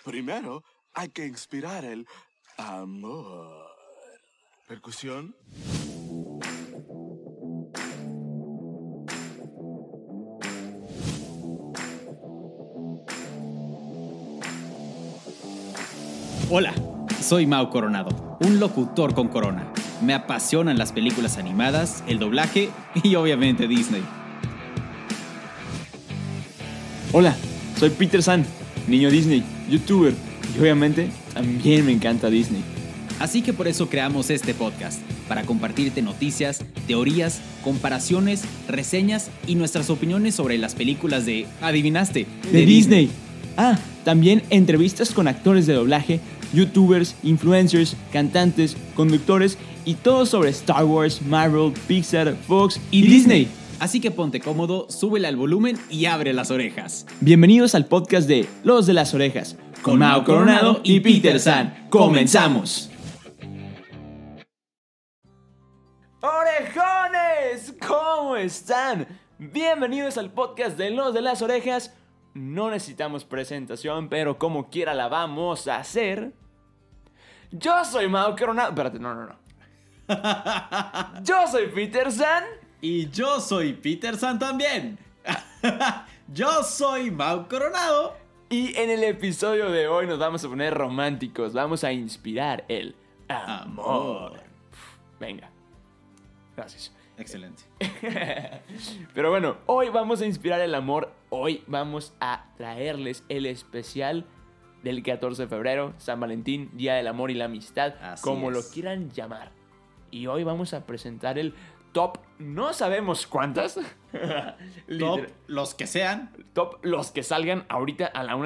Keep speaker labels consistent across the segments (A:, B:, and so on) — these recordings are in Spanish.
A: Primero hay que inspirar el amor. Percusión.
B: Hola, soy Mau Coronado, un locutor con corona. Me apasionan las películas animadas, el doblaje y obviamente Disney.
C: Hola, soy Peter San, niño Disney, youtuber y obviamente también me encanta Disney.
B: Así que por eso creamos este podcast, para compartirte noticias, teorías, comparaciones, reseñas y nuestras opiniones sobre las películas de, ¿adivinaste?
C: De Disney. También entrevistas con actores de doblaje, youtubers, influencers, cantantes, conductores y todo sobre Star Wars, Marvel, Pixar, Fox y Disney.
B: Así que ponte cómodo, súbele al volumen y abre las orejas.
C: Bienvenidos al podcast de Los de las Orejas, con Mau Coronado y Peter San. ¡Comenzamos! ¡Orejones! ¿Cómo están? Bienvenidos al podcast de Los de las Orejas. No necesitamos presentación, pero como quiera la vamos a hacer. Yo soy Mau Coronado. Espérate, no. Yo soy Peter San.
B: Y yo soy Peter San también. Yo soy Mau Coronado.
C: Y en el episodio de hoy nos vamos a poner románticos. Vamos a inspirar el amor. Venga. Gracias.
B: Excelente.
C: Pero bueno, hoy vamos a inspirar el amor. Hoy vamos a traerles el especial del 14 de febrero, San Valentín, Día del Amor y la Amistad,
B: Así
C: como
B: es.
C: lo quieran llamar. Y hoy vamos a presentar el top, no sabemos cuántas.
B: Top, los que sean.
C: Top, los que salgan ahorita a la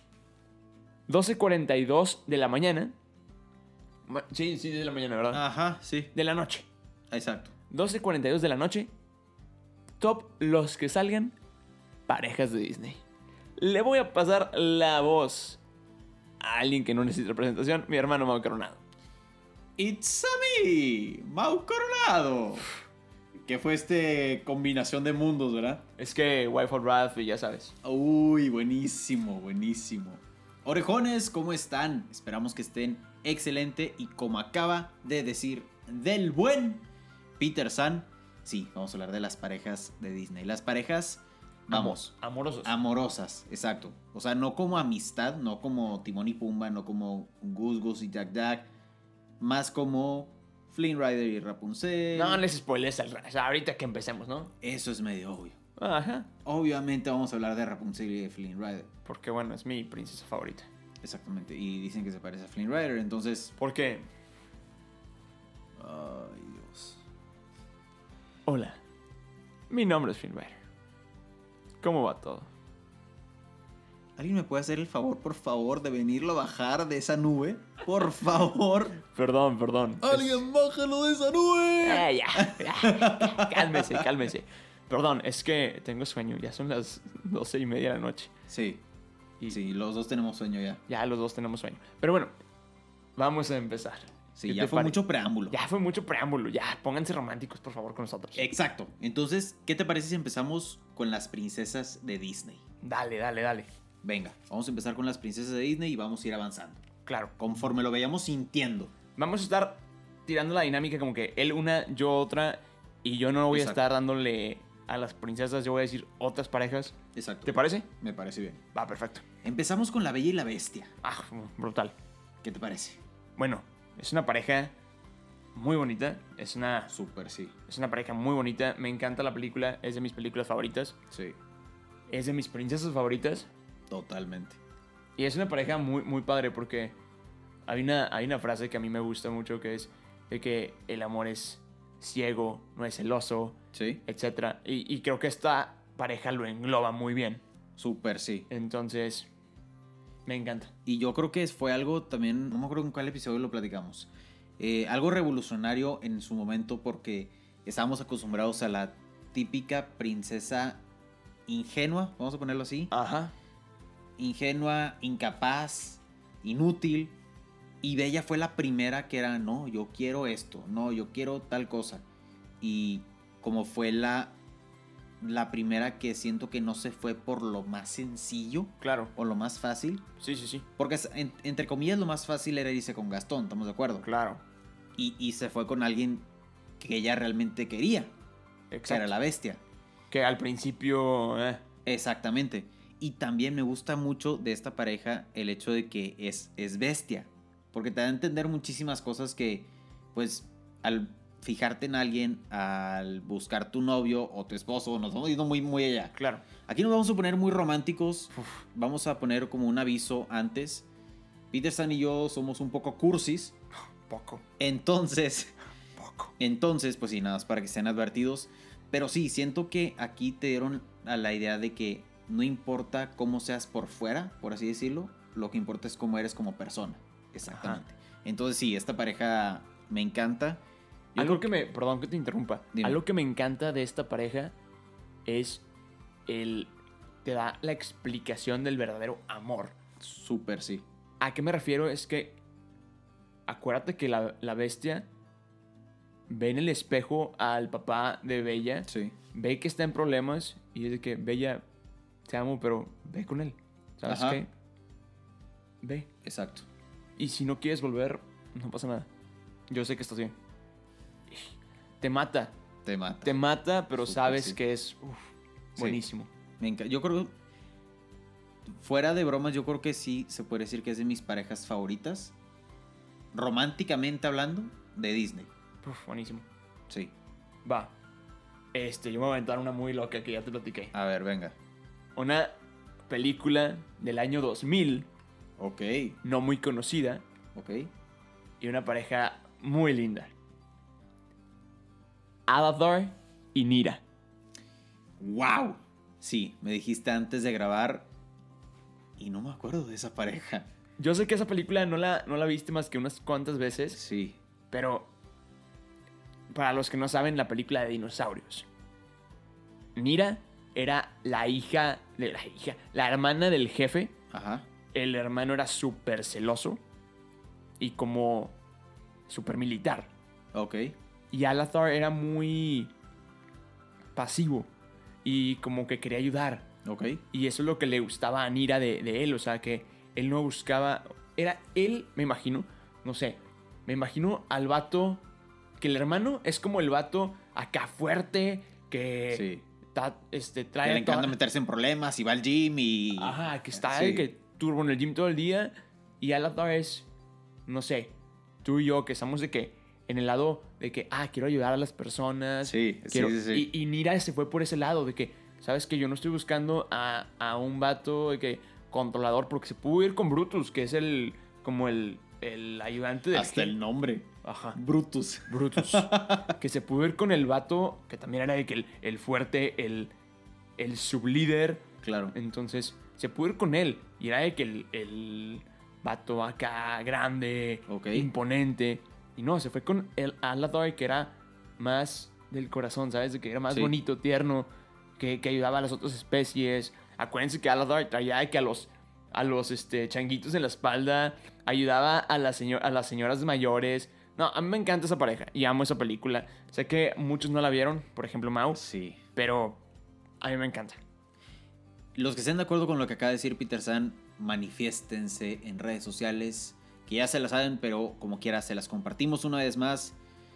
C: 12:42 de la mañana. Sí, de la mañana, ¿verdad?
B: Ajá, sí.
C: De la noche.
B: Exacto.
C: 12:42 de la noche. Top, los que salgan parejas de Disney. Le voy a pasar la voz a alguien que no necesita presentación, mi hermano Mau Coronado.
B: It's a me, Mau Coronado. Que fue combinación de mundos, ¿verdad?
C: Es que Wife of Wrath, ya sabes.
B: Uy, buenísimo. Orejones, ¿cómo están? Esperamos que estén excelente y como acaba de decir del buen Peter San, sí, vamos a hablar de las parejas de Disney. Las parejas, vamos, amorosas, exacto. O sea, no como amistad, no como Timón y Pumba, no como Gus Gus y Jack Jack, más como Flynn Rider y Rapunzel.
C: No les spoiles ahorita que empecemos, ¿no?
B: Eso es medio obvio.
C: Ajá.
B: Obviamente vamos a hablar de Rapunzel y de Flynn Rider.
C: Porque bueno, es mi princesa favorita.
B: Exactamente, y dicen que se parece a Flynn Rider, entonces...
C: ¿Por qué?
B: Ay, Dios.
C: Hola, mi nombre es Flynn Rider. ¿Cómo va todo?
B: ¿Alguien me puede hacer el favor, por favor, de venirlo a bajar de esa nube? Por favor.
C: Perdón.
B: ¡Alguien bájalo de esa nube!
C: Ya. Cálmese. Perdón, es que tengo sueño. Ya son las 12:30 de la noche.
B: Sí, los dos tenemos sueño ya.
C: Ya los dos tenemos sueño. Pero bueno, vamos a empezar.
B: Sí, ya fue mucho preámbulo.
C: Ya fue mucho preámbulo. Ya, pónganse románticos, por favor, con nosotros.
B: Exacto. Entonces, ¿qué te parece si empezamos con las princesas de Disney?
C: Dale.
B: Venga, vamos a empezar con las princesas de Disney y vamos a ir avanzando.
C: Claro.
B: Conforme lo vayamos sintiendo.
C: Vamos a estar tirando la dinámica como que él una, yo otra. Y yo no voy a estar dándole a las princesas, yo voy a decir otras parejas.
B: Exacto.
C: ¿Te parece?
B: Me parece bien.
C: Va, perfecto.
B: Empezamos con La Bella y la Bestia.
C: Brutal.
B: ¿Qué te parece?
C: Bueno, es una pareja muy bonita.
B: Súper, sí.
C: Es una pareja muy bonita. Me encanta la película. Es de mis películas favoritas.
B: Sí.
C: Es de mis princesas favoritas.
B: Totalmente.
C: Y es una pareja muy, muy padre porque hay una frase que a mí me gusta mucho que es de que el amor es ciego, no es celoso,
B: Sí.
C: etc. Y creo que esta pareja lo engloba muy bien.
B: Súper, sí.
C: Entonces, me encanta.
B: Y yo creo que fue algo también, no me acuerdo en cuál episodio lo platicamos, algo revolucionario en su momento porque estábamos acostumbrados a la típica princesa ingenua, vamos a ponerlo así.
C: Ajá.
B: Ingenua, incapaz, inútil. Y Bella fue la primera que era, no, yo quiero esto, no, yo quiero tal cosa. Y como fue la la primera que siento que no se fue por lo más sencillo
C: Claro.
B: o lo más fácil.
C: Sí, sí, sí.
B: Porque entre comillas lo más fácil era irse con Gastón, ¿estamos de acuerdo?
C: Claro.
B: Y se fue con alguien que ella realmente quería, que era
C: Exacto.
B: la bestia.
C: Que al principio...
B: Exactamente. Y también me gusta mucho de esta pareja el hecho de que es bestia. Porque te da a entender muchísimas cosas que, pues, al fijarte en alguien, al buscar tu novio o tu esposo, nos vamos yendo muy, muy allá.
C: Claro.
B: Aquí nos vamos a poner muy románticos. Vamos a poner como un aviso antes. Peterson y yo somos un poco cursis.
C: Poco.
B: Entonces, pues sí, nada más para que estén advertidos. Pero sí, siento que aquí te dieron a la idea de que no importa cómo seas por fuera, por así decirlo, lo que importa es cómo eres como persona. Exactamente. Entonces sí, esta pareja me encanta.
C: Algo que me... Perdón que te interrumpa.
B: Dime.
C: Algo que me encanta de esta pareja es el... Te da la explicación del verdadero amor.
B: Súper, sí.
C: ¿A qué me refiero? Es que... Acuérdate que la bestia ve en el espejo al papá de Bella.
B: Sí.
C: Ve que está en problemas y es de que, Bella, te amo, pero ve con él. ¿Sabes
B: Ajá.
C: qué? Ve.
B: Exacto.
C: Y si no quieres volver, no pasa nada. Yo sé que estás bien. Te mata.
B: Te mata.
C: Te mata, pero
B: Súper,
C: sabes
B: sí.
C: que es
B: Sí.
C: buenísimo.
B: Me encanta. Yo creo, fuera de bromas, yo creo que sí se puede decir que es de mis parejas favoritas. Románticamente hablando, de Disney.
C: Buenísimo.
B: Sí.
C: Va. Yo me voy a aventar una muy loca que ya te platiqué.
B: A ver, venga.
C: Una película del año 2000,
B: Ok.
C: no muy conocida,
B: Ok.
C: y una pareja muy linda. Avatar y Nira.
B: ¡Wow! Sí, me dijiste antes de grabar y no me acuerdo de esa pareja.
C: Yo sé que esa película no la viste más que unas cuantas veces,
B: Sí.
C: pero para los que no saben, la película de dinosaurios. Nira era la hermana del jefe.
B: Ajá.
C: El hermano era súper celoso y como súper militar.
B: Ok.
C: Y Alathar era muy pasivo y como que quería ayudar.
B: Ok.
C: Y eso es lo que le gustaba a Nira de él. O sea, que él no buscaba... Era él, me imagino, no sé, me imagino al vato... Que el hermano es como el vato acá fuerte, que
B: Sí.
C: trae...
B: Que le encanta meterse en problemas y va al gym y...
C: Ajá, que está
B: Sí.
C: que turbo en el gym todo el día. Y Alathar es, no sé, tú y yo que estamos de que en el lado de que, quiero ayudar a las personas.
B: Sí,
C: quiero,
B: sí.
C: Y Nira se fue por ese lado de que, sabes que yo no estoy buscando a un vato de que controlador, porque se pudo ir con Brutus, que es como el ayudante del
B: Hasta el nombre.
C: Ajá.
B: Brutus.
C: Brutus. Que se pudo ir con el vato, que también era de que el fuerte, el sublíder.
B: Claro.
C: Entonces, se pudo ir con él. Y era de que el vato acá grande,
B: Ok.
C: imponente. Y no, se fue con el Alathar, que era más del corazón, ¿sabes? De que era más
B: Sí.
C: bonito, tierno, que ayudaba a las otras especies. Acuérdense que Alathar traía de que a los changuitos en la espalda, ayudaba a las señoras mayores. No, a mí me encanta esa pareja y amo esa película. Sé que muchos no la vieron, por ejemplo Mau,
B: Sí.
C: pero a mí me encanta.
B: Los que estén de acuerdo con lo que acaba de decir Peter San, manifiéstense en redes sociales, que ya se las saben, pero como quiera se las compartimos una vez más.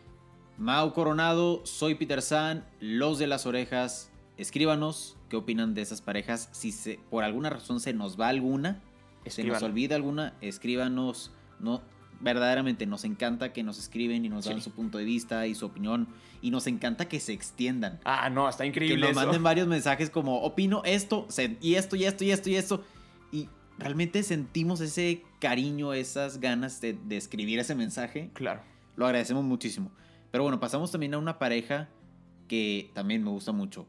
B: Mau Coronado, soy Peter San, los de las orejas, escríbanos qué opinan de esas parejas. Si por alguna razón se nos va alguna, se nos
C: Escríbanla.
B: olvida alguna, escríbanos. No, verdaderamente nos encanta que nos escriben y nos dan
C: Sí.
B: su punto de vista y su opinión. Y nos encanta que se extiendan.
C: No, está
B: Que
C: increíble
B: nos
C: eso.
B: manden varios mensajes como opino esto, y esto, y esto, y esto, y esto. Y realmente sentimos ese cariño, esas ganas de escribir ese mensaje.
C: Claro.
B: Lo agradecemos muchísimo. Pero bueno, pasamos también a una pareja que también me gusta mucho.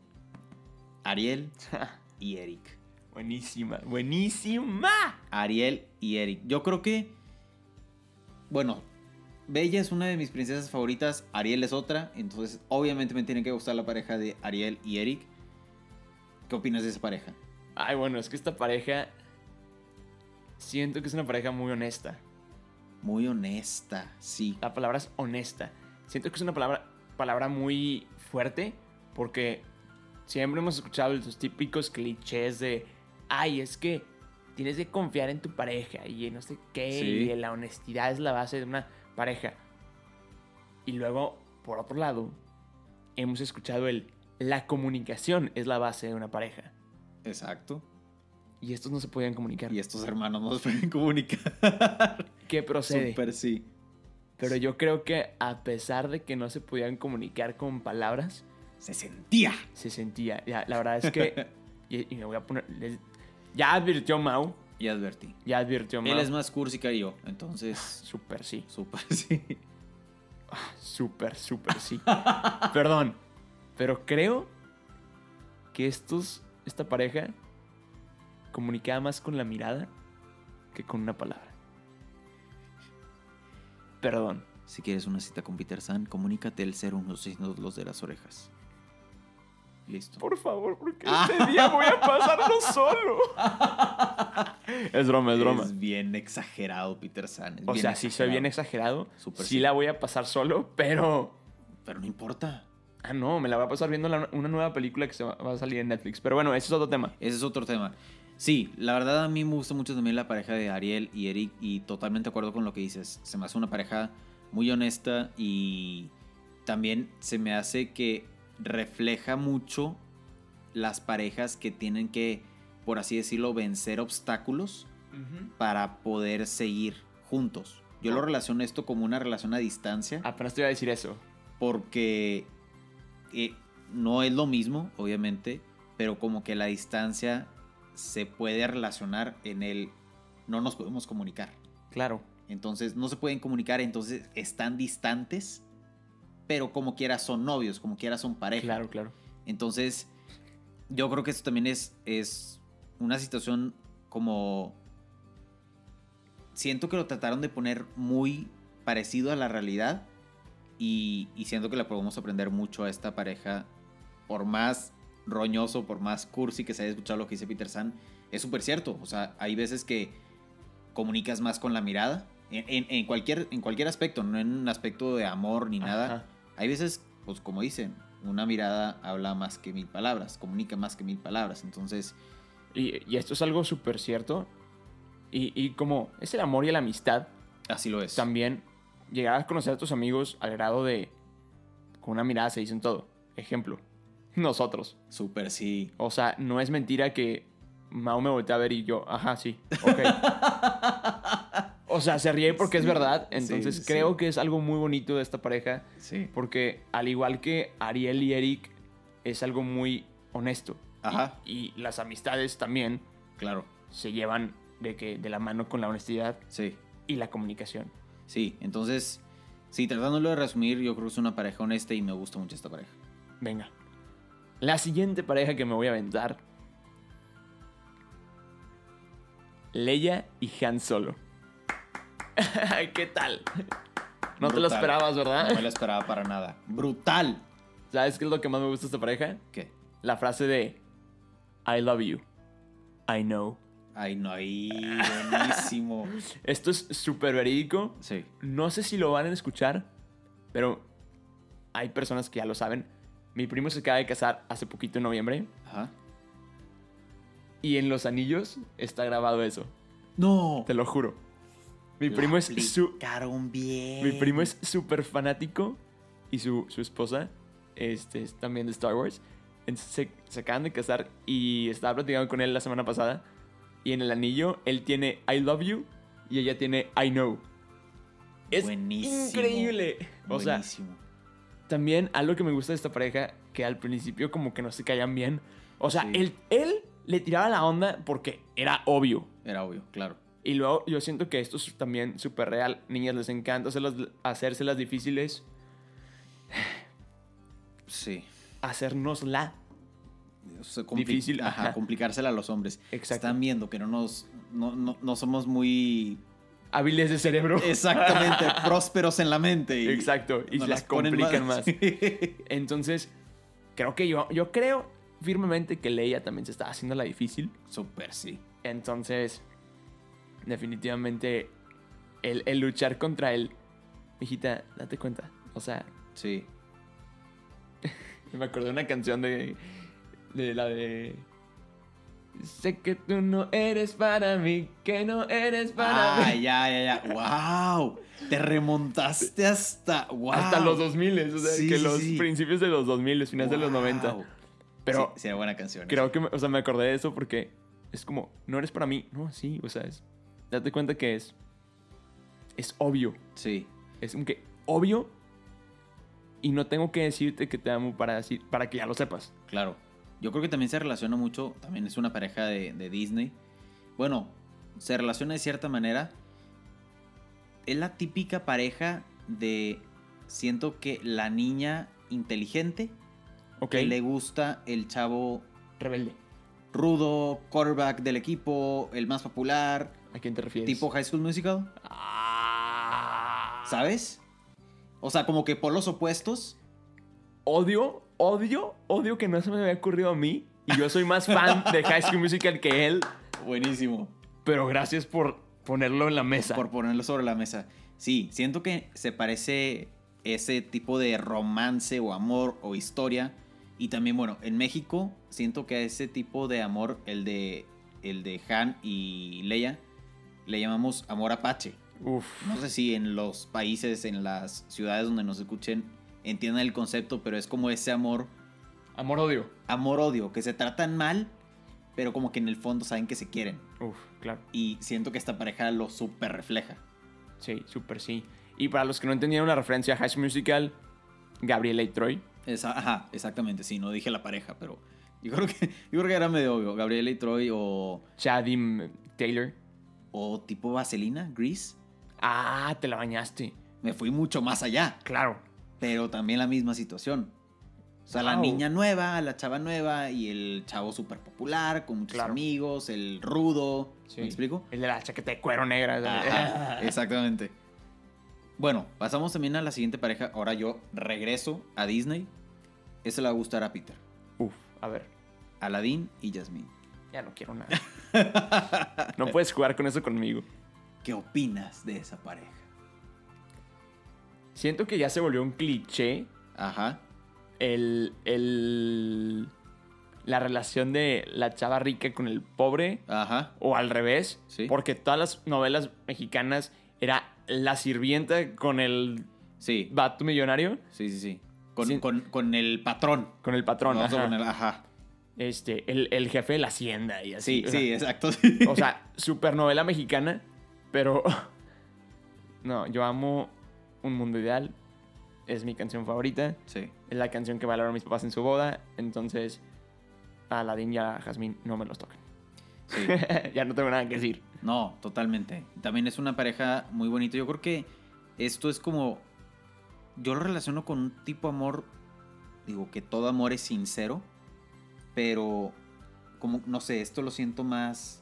B: Ariel y Eric.
C: Buenísima, buenísima.
B: Ariel y Eric. Yo creo que, bueno, Bella es una de mis princesas favoritas, Ariel es otra, entonces obviamente me tiene que gustar la pareja de Ariel y Eric. ¿Qué opinas de esa pareja?
C: Bueno, es que esta pareja siento que es una pareja muy honesta.
B: Muy honesta, sí.
C: La palabra es honesta. Siento que es una palabra muy fuerte porque siempre hemos escuchado los típicos clichés de, ay, es que tienes que confiar en tu pareja y no sé qué,
B: Sí.
C: y la honestidad es la base de una pareja. Y luego, por otro lado, hemos escuchado la comunicación es la base de una pareja.
B: Exacto.
C: Y estos no se podían comunicar.
B: Y estos hermanos no se pueden comunicar.
C: ¿Qué procede?
B: Súper sí.
C: Pero yo creo que a pesar de que no se podían comunicar con palabras,
B: Se sentía.
C: se sentía. Ya, la verdad es que... y me voy a poner... Ya advirtió Mau.
B: Y advertí.
C: Ya advirtió Mau.
B: Él es más cursi que yo, entonces...
C: Súper sí.
B: Súper sí.
C: Súper sí. Perdón. Pero creo que esta pareja comunicaba más con la mirada que con una palabra. Perdón.
B: Si quieres una cita con Peter San, comunícate el 016 los de las orejas. Listo.
C: Por favor, porque este día voy a pasarlo solo. Es broma.
B: Es bien exagerado, Peter San.
C: O sea, sí soy bien exagerado.
B: Súper
C: Sí la voy a pasar solo, pero...
B: Pero no importa.
C: Ah, no, me la voy a pasar viendo una nueva película que va a salir en Netflix. Pero bueno, ese es otro tema.
B: Ese es otro tema. Sí, la verdad a mí me gusta mucho también la pareja de Ariel y Eric y totalmente de acuerdo con lo que dices. Se me hace una pareja muy honesta y también se me hace que refleja mucho las parejas que tienen que, por así decirlo, vencer obstáculos para poder seguir juntos. Yo lo relaciono esto como una relación a distancia
C: Apenas te iba a decir eso.
B: porque no es lo mismo, obviamente, pero como que la distancia se puede relacionar en el no nos podemos comunicar.
C: Claro.
B: Entonces no se pueden comunicar, entonces están distantes, pero como quiera son novios, como quiera son pareja.
C: Claro.
B: Entonces yo creo que esto también es una situación como... Siento que lo trataron de poner muy parecido a la realidad y siento que le podemos aprender mucho a esta pareja. Por más roñoso, por más cursi que se haya escuchado lo que dice Peter San, es súper cierto. O sea, hay veces que comunicas más con la mirada, en cualquier aspecto, no en un aspecto de amor ni nada.
C: Ajá.
B: Hay veces, pues como dicen, una mirada habla más que 1000 palabras, comunica más que 1000 palabras. Entonces,
C: Y esto es algo súper cierto. Y como es el amor y la amistad,
B: así lo es.
C: también llegar a conocer a tus amigos al grado de... Con una mirada se dicen todo. Ejemplo, nosotros.
B: Súper sí.
C: O sea, no es mentira que Mau me voltea a ver y yo, ajá, sí, ok. O sea, se ríe porque es
B: Sí,
C: verdad. Entonces
B: sí,
C: creo
B: sí.
C: que es algo muy bonito de esta pareja.
B: Sí.
C: Porque al igual que Ariel y Eric, es algo muy honesto.
B: Ajá.
C: Y las amistades también
B: Claro.
C: se llevan de la mano con la honestidad
B: Sí.
C: y la comunicación.
B: Sí. Entonces, sí, tratándolo de resumir, yo creo que es una pareja honesta y me gusta mucho esta pareja.
C: Venga. La siguiente pareja que me voy a aventar. Leia y Han Solo. ¿Qué tal? No te lo
B: Brutal.
C: esperabas, ¿verdad?
B: No me lo esperaba para nada. ¡Brutal!
C: ¿Sabes qué es lo que más me gusta de esta pareja?
B: ¿Qué?
C: La frase de I love you. I know.
B: Ay, no, ahí. Buenísimo.
C: Esto es súper verídico.
B: Sí.
C: No sé si lo van a escuchar, pero hay personas que ya lo saben. Mi primo se acaba de casar hace poquito en noviembre
B: Ajá.
C: y en los anillos está grabado eso.
B: No.
C: Te lo juro. Mi primo es
B: bien.
C: Mi primo es súper fanático y su esposa es también de Star Wars. Entonces se acaban de casar y estaba platicando con él la semana pasada. Y en el anillo él tiene I love you y ella tiene I know. Es
B: Buenísimo.
C: increíble. O sea,
B: Buenísimo.
C: también algo que me gusta de esta pareja, que al principio como que no se caían bien. O sea,
B: Sí.
C: él le tiraba la onda porque era obvio.
B: Era obvio, claro.
C: Y luego yo siento que esto es también súper real. Niñas, les encanta hacérselas difíciles.
B: Sí.
C: Hacérnosla.
B: O sea,
C: Difícil,
B: Ajá,
C: ajá.
B: complicársela a los hombres.
C: Exacto.
B: Están viendo que no somos muy...
C: Hábiles de cerebro.
B: Exactamente, prósperos en la mente. Y
C: Exacto. Y
B: nos
C: se las
B: ponen
C: complican más. Entonces, creo que yo creo firmemente que Leia también se está haciendo la difícil.
B: Súper, sí.
C: Entonces, definitivamente, el luchar contra él. Mijita, date cuenta. O sea,
B: Sí.
C: me acordé de una canción De la de... Sé que tú no eres para mí, que no eres para mí.
B: Ya. ¡Wow! Te remontaste hasta... ¡Wow!
C: Hasta los 2000, o sea,
B: Sí,
C: que
B: sí,
C: los
B: sí.
C: principios de los 2000, finales de los 90.
B: Wow.
C: Pero
B: sí, era buena canción.
C: creo que, o sea, me acordé de eso porque es como, no eres para mí. No, sí, o sea, date cuenta que es obvio.
B: Sí,
C: Es como que obvio y no tengo que decirte que te amo para que ya lo sepas.
B: claro. Yo creo que también se relaciona mucho, también es una pareja de Disney. Bueno, se relaciona de cierta manera. Es la típica pareja de, siento que la niña inteligente,
C: Ok.
B: que le gusta el chavo
C: Rebelde.
B: rudo, quarterback del equipo, el más popular,
C: ¿A quién te refieres?
B: tipo High School Musical,
C: Ah.
B: ¿sabes? O sea, como que polos opuestos.
C: Odio que no se me había ocurrido a mí. Y yo soy más fan de High School Musical que él.
B: Buenísimo.
C: Pero gracias por ponerlo en la mesa.
B: Por ponerlo sobre la mesa. Sí, siento que se parece ese tipo de romance o amor o historia. Y también, bueno, en México siento que a ese tipo de amor, el de Han y Leia, le llamamos amor apache.
C: Uf.
B: No sé si en los países, en las ciudades donde nos escuchen, entiendan el concepto, pero es como ese
C: Amor-odio.
B: amor-odio, que se tratan mal, pero como que en el fondo saben que se quieren.
C: Uf, claro.
B: Y siento que esta pareja lo súper refleja.
C: Sí, súper sí. Y para los que no entendieron la referencia a High School Musical, Gabriela y Troy.
B: Ajá, exactamente, sí, no dije la pareja, pero yo creo que era medio obvio. Gabriela y Troy
C: Chadim Taylor.
B: o tipo Vaselina, Grease.
C: Ah, te la bañaste.
B: Me fui mucho más allá,
C: Claro.
B: pero también la misma situación. O sea, la
C: Wow.
B: niña nueva, la chava nueva y el chavo súper popular, con muchos
C: Claro.
B: amigos, el rudo.
C: Sí.
B: ¿Me explico?
C: El de la chaqueta de cuero negra.
B: Ajá, exactamente. Bueno, pasamos también a la siguiente pareja. Ahora yo regreso a Disney. Ese le va a gustar a Peter.
C: Uf, a ver.
B: Aladdin y Jasmine.
C: Ya no quiero nada. No puedes jugar con eso conmigo.
B: ¿Qué opinas de esa pareja?
C: Siento que ya se volvió un cliché
B: Ajá.
C: la relación de la chava rica con el pobre
B: Ajá.
C: o al revés.
B: Sí.
C: Porque todas las novelas mexicanas era la sirvienta con el
B: Sí.
C: vato millonario,
B: Sí.
C: Sí.
B: Con el patrón.
C: con el patrón.
B: Vamos a
C: Ajá.
B: poner- ajá.
C: El jefe de la hacienda y así.
B: Sí,
C: o sea,
B: sí, exacto. Sí.
C: O sea, super novela mexicana, pero no, yo amo Un Mundo Ideal. Es mi canción favorita.
B: Sí.
C: Es la canción que bailaron mis papás en su boda. Entonces, a Aladdin y a Jazmín no me los tocan.
B: Sí.
C: Ya no tengo nada que decir.
B: No, totalmente. También es una pareja muy bonita. Yo creo que esto es como... Yo lo relaciono con un tipo de amor... Digo que todo amor es sincero. Pero... Como, no sé, esto lo siento más...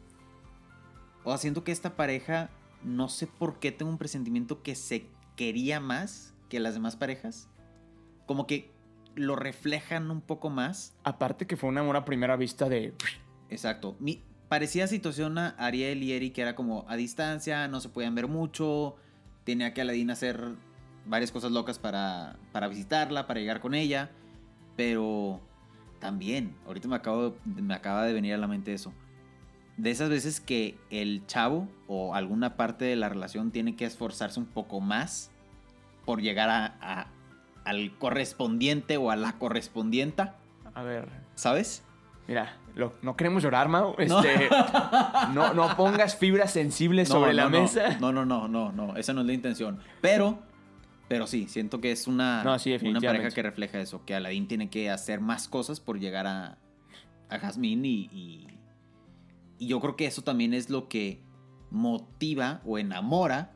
B: O sea, siento que esta pareja... No sé por qué tengo un presentimiento que se quería más que las demás parejas. Como que lo reflejan un poco más.
C: Aparte que fue un amor a primera vista de...
B: Exacto. Parecía situación a Ariel y Eric, que era como a distancia, no se podían ver mucho. Tenía que Aladdin hacer varias cosas locas para visitarla, para llegar con ella. Pero también, ahorita me acaba de venir a la mente eso. De esas veces que el chavo o alguna parte de la relación tiene que esforzarse un poco más por llegar al correspondiente o a la correspondienta,
C: A ver,
B: ¿sabes?
C: mira, no queremos llorar, Mau.
B: No.
C: No pongas fibras sensibles sobre la mesa.
B: No, esa no es la intención. Pero sí, siento que es una
C: Sí,
B: pareja
C: definitivamente.
B: que refleja eso, que Aladdin tiene que hacer más cosas por llegar a Jasmine y yo creo que eso también es lo que motiva o enamora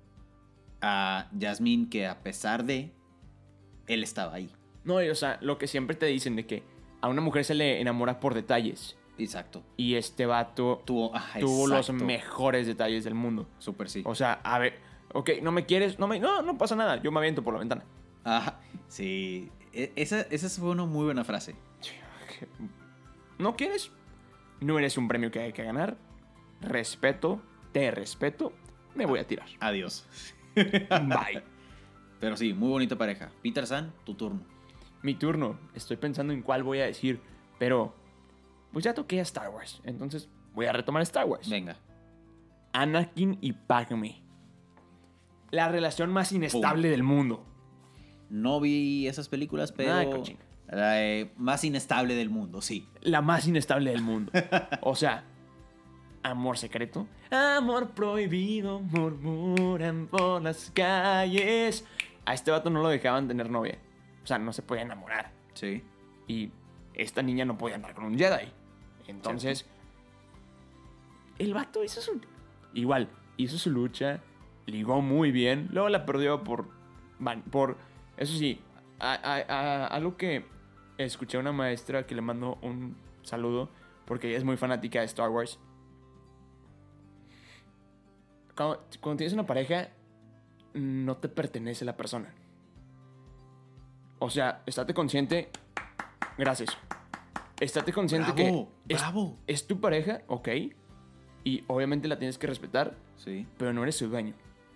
B: a Jasmine, que a pesar de, él estaba ahí.
C: No, y, o sea, lo que siempre te dicen de que a una mujer se le enamora por detalles.
B: Exacto.
C: Y este vato tuvo los
B: exacto.
C: mejores detalles del mundo.
B: Súper sí.
C: O sea, a ver, ok, no me quieres, no pasa nada, yo me aviento por la ventana.
B: Ajá, sí. Esa fue una muy buena frase.
C: ¿No quieres? No eres un premio que hay que ganar. Respeto, te respeto, me voy a tirar.
B: Adiós.
C: Bye.
B: Pero sí, muy bonita pareja. Peter San, tu turno.
C: Mi turno. Estoy pensando en cuál voy a decir. Pero, pues ya toqué a Star Wars. Entonces, voy a retomar Star Wars.
B: Venga.
C: Anakin y Padmé. La relación más inestable del mundo.
B: No vi esas películas, pero...
C: Ay, cochino.
B: La más inestable del mundo, sí.
C: La más inestable del mundo. O sea, amor secreto. Amor prohibido, murmuran por las calles. A este vato no lo dejaban tener novia. O sea, no se podía enamorar.
B: Sí.
C: Y esta niña no podía andar con un Jedi. Entonces, el vato hizo su... Igual, hizo su lucha, ligó muy bien. Luego la perdió por eso sí, algo que escuché a una maestra que le mandó un saludo, porque ella es muy fanática de Star Wars. Cuando tienes una pareja, no te pertenece la persona. O sea, estate consciente. Gracias. Estate consciente
B: Bravo,
C: que
B: bravo.
C: es tu pareja, ok. Y obviamente la tienes que respetar,
B: Sí.
C: pero no eres su dueño.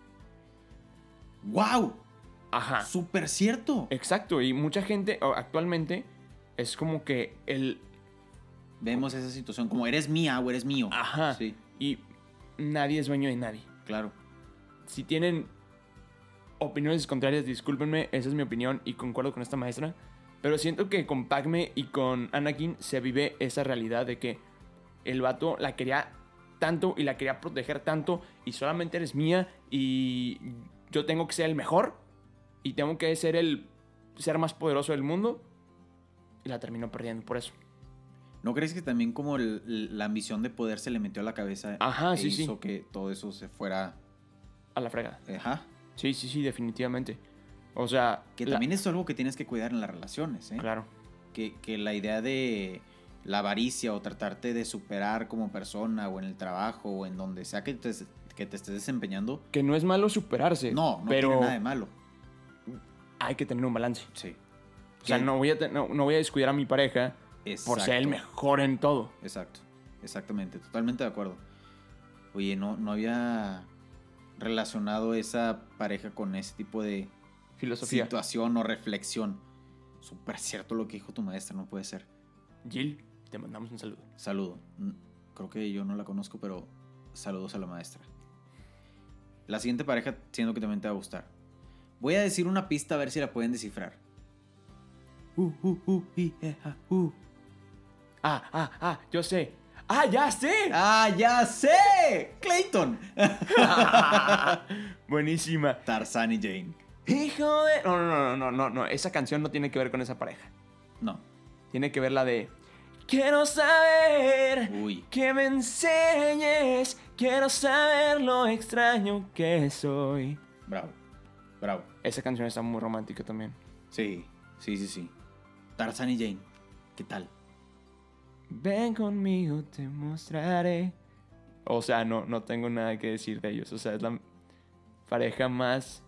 B: ¡Wow!
C: Ajá.
B: Súper cierto.
C: Exacto. Y mucha gente actualmente es como que
B: Vemos esa situación como eres mía o eres mío.
C: Ajá.
B: Sí,
C: Y nadie es dueño de nadie.
B: claro.
C: Si tienen opiniones contrarias, discúlpenme, esa es mi opinión y concuerdo con esta maestra. Pero siento que con Padmé y con Anakin se vive esa realidad de que el vato la quería tanto y la quería proteger tanto y solamente eres mía y yo tengo que ser el mejor y tengo que ser el ser más poderoso del mundo y la terminó perdiendo por eso.
B: ¿No crees que también como la ambición de poder se le metió a la cabeza
C: Ajá,
B: e
C: sí,
B: hizo
C: sí.
B: que todo eso se fuera...
C: A la fregada.
B: Ajá.
C: Sí, definitivamente. O sea...
B: Que también es algo que tienes que cuidar en las relaciones, ¿eh?
C: Claro.
B: Que la idea de la avaricia o tratarte de superar como persona o en el trabajo o en donde sea que te estés desempeñando,
C: Que no es malo superarse.
B: no
C: pero
B: tiene nada de malo.
C: hay que tener un balance.
B: Sí.
C: O sea, no voy a descuidar a mi pareja por ser el
B: Exacto.
C: mejor en todo.
B: Exacto, exactamente, totalmente de acuerdo. Oye, no había relacionado esa pareja con ese tipo de
C: Filosofía.
B: situación o reflexión. Súper cierto lo que dijo tu maestra, no puede ser.
C: Jill, te mandamos un saludo.
B: Saludo. Creo que yo no la conozco, pero saludos a la maestra. La siguiente pareja siento que también te va a gustar. Voy a decir una pista a ver si la pueden descifrar.
C: Yo sé. ¡Ah, ya sé!
B: ¡Ah, ya sé! ¡Clayton!
C: Buenísima.
B: Tarzán y Jane.
C: Hijo de... No. Esa canción no tiene que ver con esa pareja.
B: No.
C: Tiene que ver la de... Quiero saber
B: Uy.
C: que me enseñes. Quiero saber lo extraño que soy.
B: Bravo. Bravo.
C: Esa canción está muy romántica también.
B: Sí. Tarzán y Jane. ¿Qué tal?
C: Ven conmigo, te mostraré. O sea, no tengo nada que decir de ellos. O sea, es la pareja más...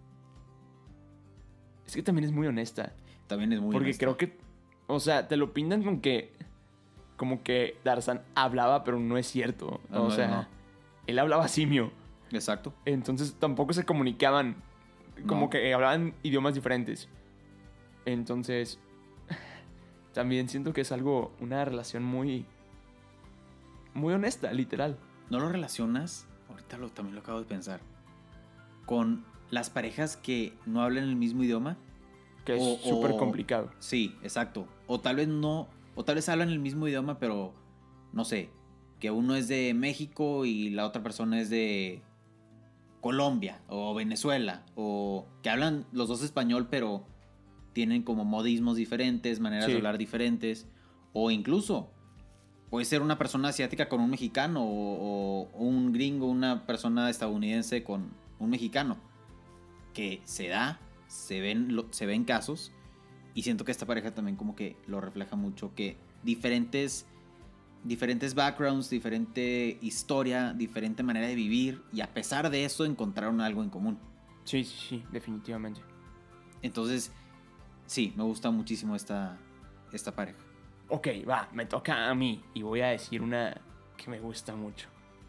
C: Es que también es muy honesta.
B: También es muy
C: Porque
B: honesta.
C: creo que... O sea, te lo pintan con que... Como que Tarzán hablaba, pero no es cierto.
B: No,
C: o sea,
B: no.
C: él hablaba simio.
B: Exacto.
C: Entonces tampoco se comunicaban. Como
B: No.
C: que hablaban idiomas diferentes. Entonces... También siento que es algo... Una relación muy... Muy honesta, literal.
B: ¿No lo relacionas? Ahorita también lo acabo de pensar. Con las parejas que no hablan el mismo idioma.
C: Que es
B: O-
C: súper
B: o-
C: complicado.
B: Sí, exacto. O tal vez no. O tal vez hablan el mismo idioma, pero no sé. Que uno es de México y la otra persona es de Colombia o Venezuela. O que hablan los dos español, pero tienen como modismos diferentes, maneras
C: Sí.
B: de hablar diferentes. O incluso puede ser una persona asiática con un mexicano o un gringo, una persona estadounidense con un mexicano. Que se ven casos. Y siento que esta pareja también como que lo refleja mucho. Que diferentes backgrounds, diferente historia, diferente manera de vivir. Y a pesar de eso encontraron algo en común.
C: Sí, definitivamente.
B: Entonces, sí, me gusta muchísimo esta pareja.
C: Ok, va, me toca a mí. Y voy a decir una que me gusta mucho.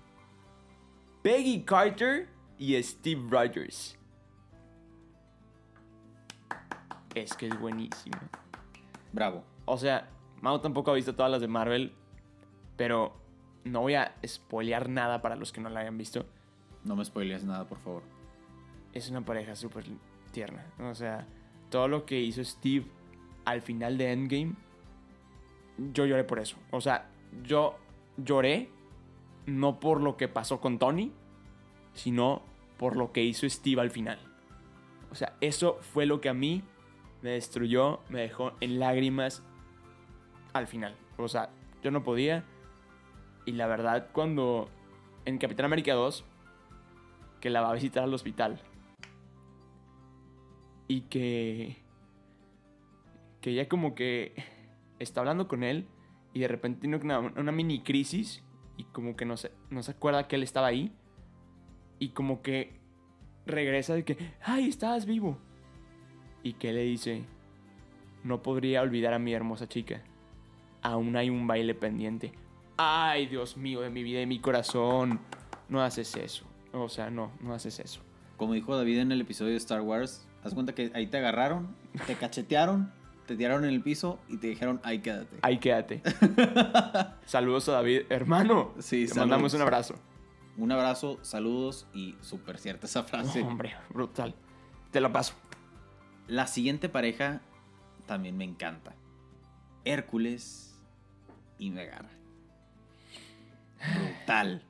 C: Peggy Carter y Steve Rogers. Es que es buenísimo.
B: Bravo.
C: O sea, Mau tampoco ha visto todas las de Marvel, pero no voy a spoilear nada para los que no la hayan visto.
B: No me spoilees nada, por favor.
C: Es una pareja súper tierna. O sea, todo lo que hizo Steve al final de Endgame, yo lloré por eso. O sea, yo lloré no por lo que pasó con Tony, sino por lo que hizo Steve al final. O sea, eso fue lo que a mí me destruyó, me dejó en lágrimas al final. O sea, yo no podía. Y la verdad, cuando en Capitán América 2, que la va a visitar al hospital y que ella como que está hablando con él y de repente tiene una mini crisis y como que no se acuerda que él estaba ahí y como que regresa de que, ¡ay, estabas vivo! Y que le dice, no podría olvidar a mi hermosa chica, aún hay un baile pendiente. ¡Ay, Dios mío, de mi vida y mi corazón! No haces eso. O sea, no haces eso.
B: Como dijo David en el episodio de Star Wars, haz cuenta que ahí te agarraron, te cachetearon, te tiraron en el piso y te dijeron, ahí quédate.
C: Ahí quédate. Saludos a David, hermano.
B: Sí,
C: te mandamos un abrazo.
B: Un abrazo, saludos y súper cierta esa frase.
C: Oh, hombre, brutal. Te la paso.
B: La siguiente pareja también me encanta. Hércules y Megara. Brutal.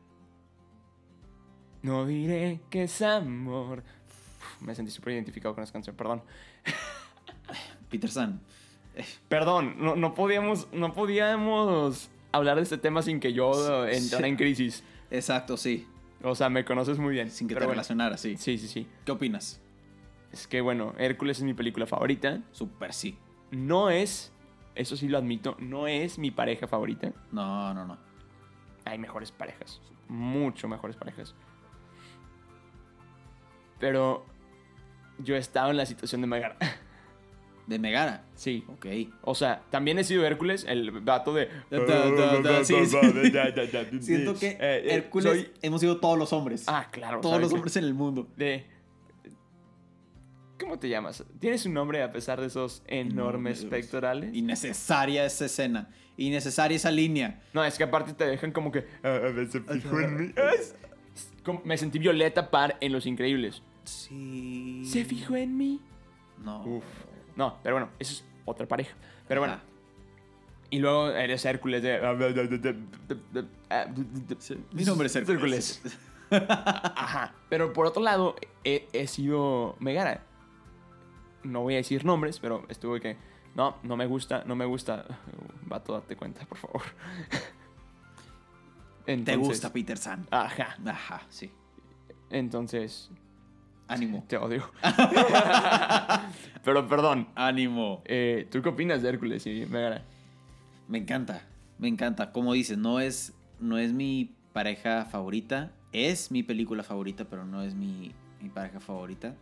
C: No diré que es amor. Me sentí súper identificado con esa canción, perdón.
B: Peter San.
C: Perdón, no podíamos hablar de este tema sin que yo entrara en crisis.
B: Exacto, sí.
C: O sea, me conoces muy bien.
B: Sin que
C: pero
B: te
C: bueno.
B: relacionara, sí.
C: Sí.
B: ¿Qué opinas?
C: Es que bueno, Hércules es mi película favorita.
B: Súper sí.
C: No es, eso sí lo admito, no es mi pareja favorita.
B: No.
C: Hay mejores parejas, mucho mejores parejas. Pero yo estaba en la situación de Megara.
B: ¿De Megara?
C: Sí.
B: Ok.
C: O sea, también he sido Hércules, el vato de...
B: Sí. Siento que Hércules hemos sido todos los hombres.
C: Ah, claro.
B: Todos los hombres en el mundo.
C: ¿Cómo te llamas? ¿Tienes un nombre a pesar de esos enormes pectorales?
B: Innecesaria esa escena. Innecesaria esa línea.
C: No, es que aparte te dejan como que... se fijó en mí. Me sentí Violeta Parr en Los Increíbles.
B: Sí.
C: ¿Se fijó en mí?
B: No.
C: Uf. No, pero bueno, eso es otra pareja. Pero bueno.
B: Ajá.
C: Y luego eres Hércules de...
B: Mi nombre es
C: Hércules. Ajá. Pero por otro lado, he sido Megara. No voy a decir nombres, pero estuve que... No me gusta. Vato, date cuenta, por favor. Entonces,
B: ¿Te gusta Peter San?
C: Ajá.
B: Sí.
C: Entonces...
B: Ánimo.
C: Te odio. Pero perdón.
B: Ánimo.
C: ¿Tú qué opinas de Hércules y Megara?
B: Me encanta. Como dices, no es mi pareja favorita. Es mi película favorita, pero no es mi pareja favorita.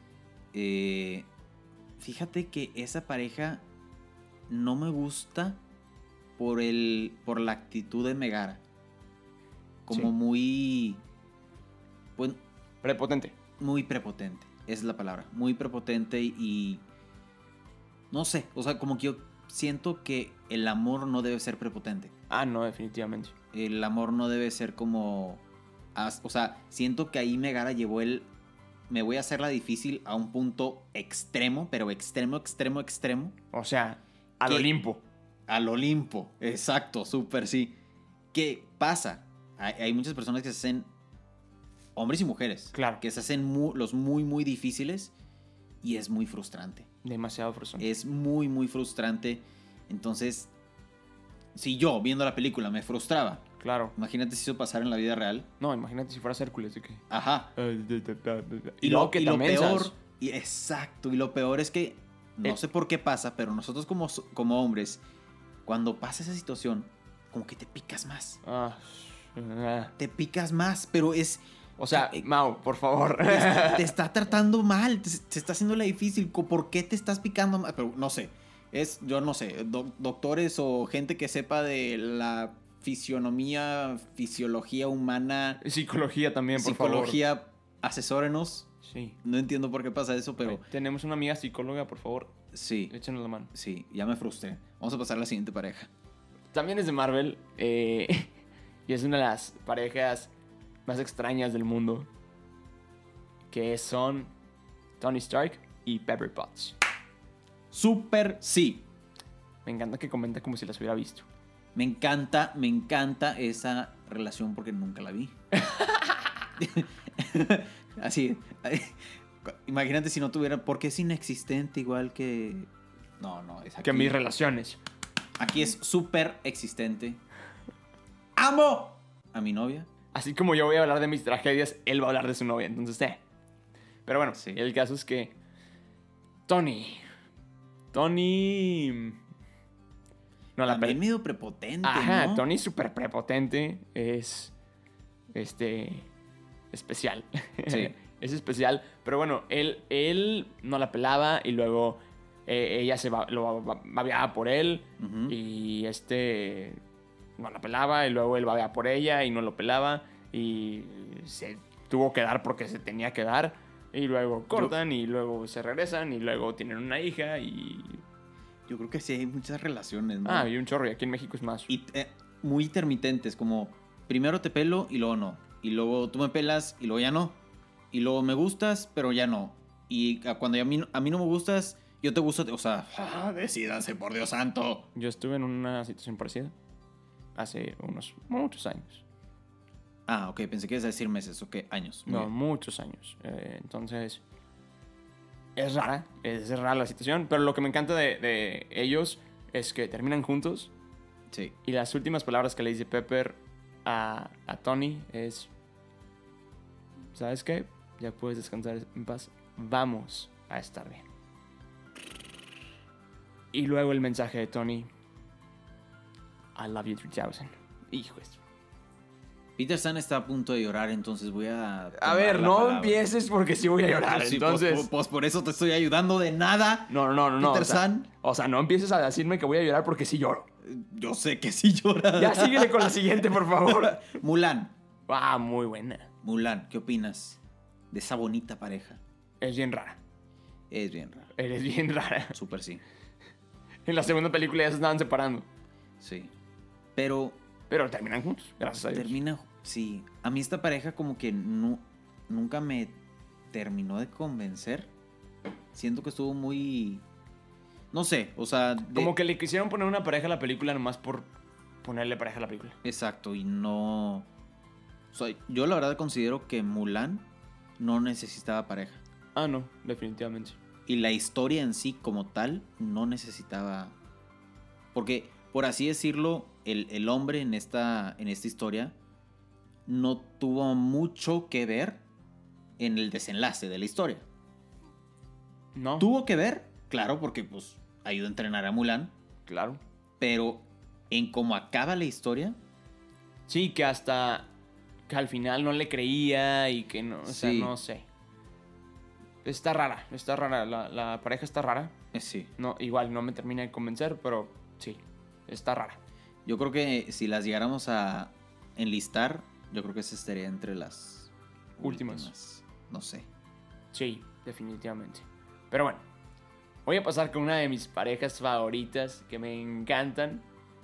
B: Fíjate que esa pareja no me gusta por la actitud de Megara. Como
C: Sí.
B: muy... Pues,
C: Prepotente.
B: muy prepotente, esa es la palabra. Muy prepotente y... No sé, o sea, como que yo siento que el amor no debe ser prepotente.
C: Ah, no, definitivamente.
B: El amor no debe ser como... O sea, siento que ahí Megara llevó me voy a hacerla difícil a un punto extremo, pero extremo.
C: O sea, al
B: ¿Qué?
C: Olimpo.
B: Al Olimpo, exacto, súper sí. ¿Qué pasa? Hay muchas personas que se hacen... Hombres y mujeres.
C: Claro.
B: Que se hacen los muy, muy difíciles y es muy frustrante.
C: Demasiado frustrante.
B: Es muy, muy frustrante. Entonces, si yo, viendo la película, me frustraba,
C: Claro.
B: imagínate si eso pasara en la vida real.
C: No, imagínate si fueras Hércules. ¿De qué?
B: Ajá.
C: Y luego que
B: y
C: te
B: lo
C: amensas.
B: peor... Exacto. Y lo peor es que, no sé por qué pasa, pero nosotros como hombres, cuando pasa esa situación, como que te picas más. Te picas más, pero es...
C: O sea, Mau, por favor.
B: Te está tratando mal, te está haciendo la difícil. ¿Por qué te estás picando mal? Pero no sé. Yo no sé, doctores o gente que sepa de la fisiología humana,
C: Psicología también, por favor.
B: psicología, asesórenos.
C: Sí.
B: No entiendo por qué pasa eso, pero...
C: Tenemos una amiga psicóloga, por favor.
B: Sí,
C: Échanos la mano.
B: sí, ya me frustré. Vamos a pasar a la siguiente pareja.
C: También es de Marvel. Y es una de las parejas más extrañas del mundo. Que son Tony Stark y Pepper Potts.
B: Super sí.
C: Me encanta que comenta como si las hubiera visto.
B: Me encanta esa relación porque nunca la vi. Así. Imagínate si no tuviera. Porque es inexistente igual que. No, es aquí.
C: Que mis relaciones.
B: Aquí es súper existente. ¡Amo! A mi novia.
C: Así como yo voy a hablar de mis tragedias, él va a hablar de su novia. Entonces, Pero bueno,
B: Sí.
C: el caso es que Tony. No, la
B: También medio prepotente.
C: Ajá,
B: ¿no?
C: Tony súper prepotente. Es. Especial.
B: Sí.
C: Es especial. Pero bueno, él no la pelaba y luego ella lo babeaba por él.
B: Ujú.
C: Y no la pelaba y luego él babeaba por ella y no lo pelaba. Y se tuvo que dar porque se tenía que dar. Y luego cortan y luego se regresan y luego tienen una hija y...
B: Yo creo que sí hay muchas relaciones, ¿no?
C: Ah, y un chorro. Y aquí en México es más.
B: Y muy intermitentes, como primero te pelo y luego no. Y luego tú me pelas y luego ya no. Y luego me gustas, pero ya no. Y cuando a mí no me gustas, yo te gusto. O sea, decídanse, por Dios santo.
C: Yo estuve en una situación parecida hace unos muchos años.
B: Ah, ok, pensé que ibas a decir meses, ok, años. Muy
C: No,
B: bien.
C: muchos años. Entonces, es rara la situación. Pero lo que me encanta de ellos es que terminan juntos.
B: Sí.
C: Y las últimas palabras que le dice Pepper a Tony es... ¿Sabes qué? Ya puedes descansar en paz. Vamos a estar bien. Y luego el mensaje de Tony. I love you 3000. Hijo de...
B: Peter San está a punto de llorar, entonces voy a...
C: A
B: tomar
C: ver,
B: la
C: no
B: palabra.
C: empieces porque sí voy a llorar.
B: Sí,
C: Entonces...
B: pues por eso te estoy ayudando de nada.
C: No.
B: Peter
C: o sea,
B: San.
C: O sea, no empieces a decirme que voy a llorar porque sí lloro.
B: Yo sé que sí llora.
C: Ya síguele con la siguiente, por favor.
B: Mulan.
C: Ah, muy buena.
B: Mulan, ¿qué opinas de esa bonita pareja?
C: Es bien rara.
B: Es bien raro.
C: Eres bien rara.
B: Súper sí.
C: En la segunda película ya se estaban separando.
B: Sí. Pero
C: Pero terminan juntos, gracias a Dios.
B: termina... Sí. A mí esta pareja como que nunca me terminó de convencer. Siento que estuvo muy... No sé, o sea...
C: Como que le quisieron poner una pareja a la película nomás por ponerle pareja a la película.
B: Exacto, y no... O sea, yo la verdad considero que Mulan no necesitaba pareja.
C: Ah, no, definitivamente.
B: Y la historia en sí como tal no necesitaba... Porque, por así decirlo, el hombre en esta historia no tuvo mucho que ver en el desenlace de la historia.
C: No,
B: Tuvo que ver, claro, porque pues ayudó a entrenar a Mulan,
C: claro.
B: pero en cómo acaba la historia,
C: Sí, que hasta que al final no le creía y que no, o sea,
B: Sí.
C: no sé. Está rara, la pareja está rara.
B: sí.
C: No, igual no me termina de convencer, pero sí, está rara.
B: Yo creo que si las llegáramos a enlistar, yo creo que esa estaría entre las
C: Últimas.
B: No sé.
C: Sí, definitivamente. Pero bueno, voy a pasar con una de mis parejas favoritas que me encantan.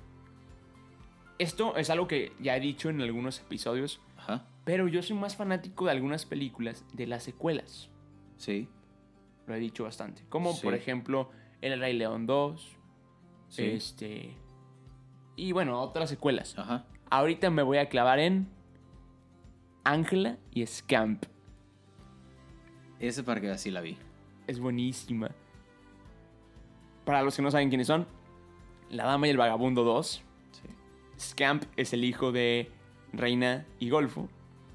C: Esto es algo que ya he dicho en algunos episodios,
B: Ajá.
C: pero yo soy más fanático de algunas películas de las secuelas.
B: Sí.
C: Lo he dicho bastante. Como
B: Sí.
C: por ejemplo El Rey León 2.
B: Sí.
C: Y bueno, otras secuelas.
B: Ajá.
C: Ahorita me voy a clavar en Ángela y Scamp.
B: Ese para que así la vi.
C: Es buenísima. Para los que no saben quiénes son, La Dama y el Vagabundo 2.
B: Sí.
C: Scamp es el hijo de Reina y Golfo.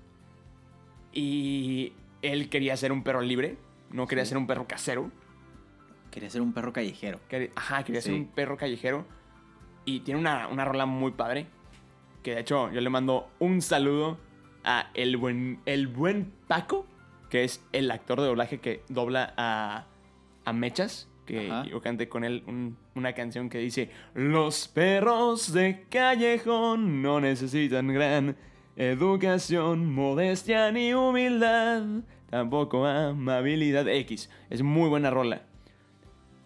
C: Y él quería ser un perro libre, no quería
B: Sí.
C: ser un perro casero.
B: Quería ser un perro callejero.
C: Quería ser
B: Sí.
C: un perro callejero. Y tiene una rola muy padre. Que de hecho yo le mando un saludo a el buen Paco, que es el actor de doblaje que dobla a Mechas. Que
B: Ajá.
C: yo canté con él una canción que dice: Los perros de callejón no necesitan gran educación, modestia ni humildad, tampoco amabilidad. X. Es muy buena rola.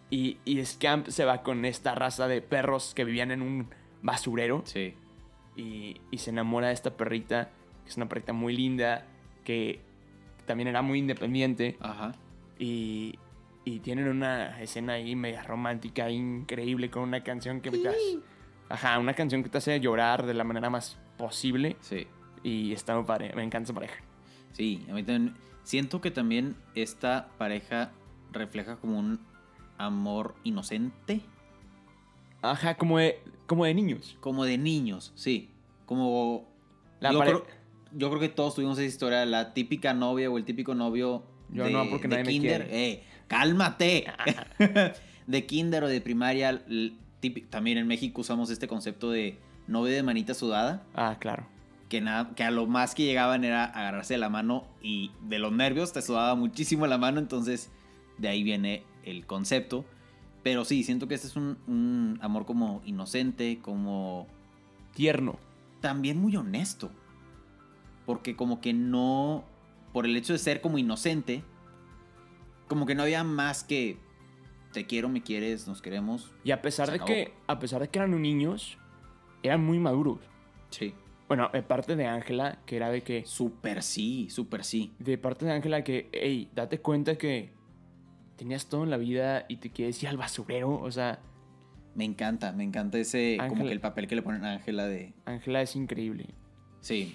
C: Y Scamp se va con esta raza de perros que vivían en un basurero.
B: Sí.
C: Y se enamora de esta perrita, que es una perrita muy linda, que también era muy independiente.
B: Ajá.
C: Y tienen una escena ahí media romántica, increíble, con una canción que una canción que te hace llorar de la manera más posible.
B: Sí.
C: Y está muy padre, me encanta esa pareja.
B: Sí, a mí también. Siento que también esta pareja refleja como un amor inocente.
C: Ajá, como de niños.
B: Como de niños, sí. Como...
C: La
B: yo,
C: pare-
B: creo, yo creo que todos tuvimos esa historia. La típica novia o el típico novio
C: Yo
B: de,
C: no, porque
B: de
C: nadie me
B: kinder.
C: quiere.
B: ¡Cálmate! De kinder o de primaria. También en México usamos este concepto de novio de manita sudada.
C: Ah, claro.
B: Que a lo más que llegaban era agarrarse de la mano y de los nervios te sudaba muchísimo la mano, entonces de ahí viene el concepto. Pero sí, siento que este es un amor como inocente, como
C: Tierno.
B: también muy honesto. Porque como que no, por el hecho de ser como inocente, como que no había más que te quiero, me quieres, nos queremos.
C: Y a pesar
B: Se
C: de
B: acabó.
C: que eran niños, eran muy maduros.
B: Sí.
C: Bueno, de parte de Ángela, que era de que...
B: Súper sí, súper sí.
C: De parte de Ángela que, hey, date cuenta que tenías todo en la vida y te quieres ir al basurero. O sea,
B: Me encanta ese, como
C: Ángela.
B: que el papel que le ponen a Ángela de...
C: Ángela es increíble.
B: Sí.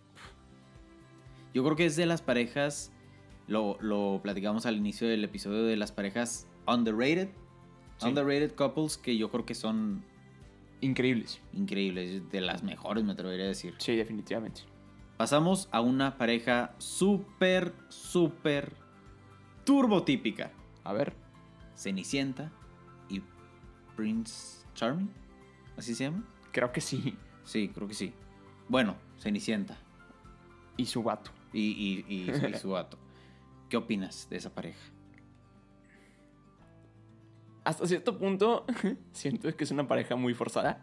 B: Yo creo que es de las parejas, lo platicamos al inicio del episodio, de las parejas underrated.
C: Sí.
B: Underrated couples que yo creo que son
C: Increíbles.
B: increíbles, de las mejores, me atrevería a decir.
C: Sí, definitivamente.
B: Pasamos a una pareja súper, súper turbotípica.
C: A ver.
B: Cenicienta y Prince Charming, ¿así se llama?
C: Creo que sí.
B: Sí, creo que sí. Bueno, Cenicienta
C: Y su gato.
B: y su gato. ¿Qué opinas de esa pareja?
C: Hasta cierto punto, siento que es una pareja muy forzada.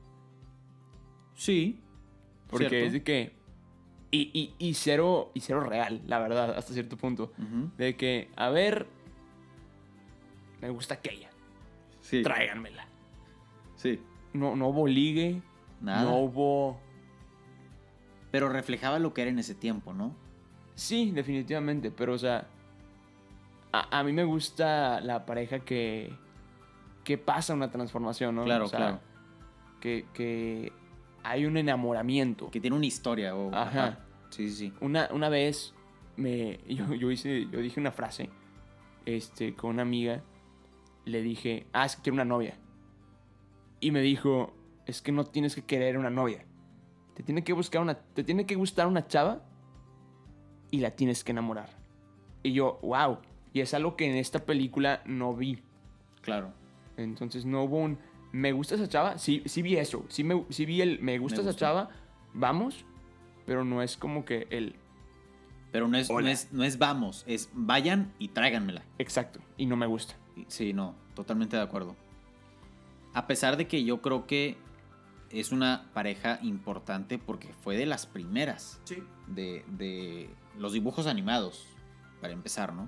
B: Sí.
C: Porque
B: cierto.
C: es de que... Y cero real, la verdad, hasta cierto punto.
B: Ujú.
C: De que, a ver... Me gusta aquella.
B: Sí.
C: Tráiganmela.
B: Sí.
C: No hubo ligue.
B: Nada.
C: No hubo...
B: Pero reflejaba lo que era en ese tiempo, ¿no?
C: Sí, definitivamente. Pero, o sea... A mí me gusta la pareja que pasa una transformación, ¿no?
B: Claro,
C: O sea,
B: claro.
C: Que hay un enamoramiento.
B: Que tiene una historia.
C: Ajá.
B: Sí, sí, sí.
C: Una vez yo dije una frase con una amiga. Le dije, es que quiero una novia. Y me dijo, es que no tienes que querer una novia. Te tiene que gustar una chava y la tienes que enamorar. Y yo, wow. Y es algo que en esta película no vi.
B: Claro.
C: Entonces no hubo un me gusta esa chava. Sí vi eso. Sí vi el me gusta esa chava. Vamos. Pero no es como que el...
B: Pero no
C: Hola.
B: es vamos, es vayan y tráiganmela.
C: Exacto. Y no me gusta.
B: Sí, no, totalmente de acuerdo. A pesar de que yo creo que es una pareja importante porque fue de las primeras de los dibujos animados, para empezar, ¿no?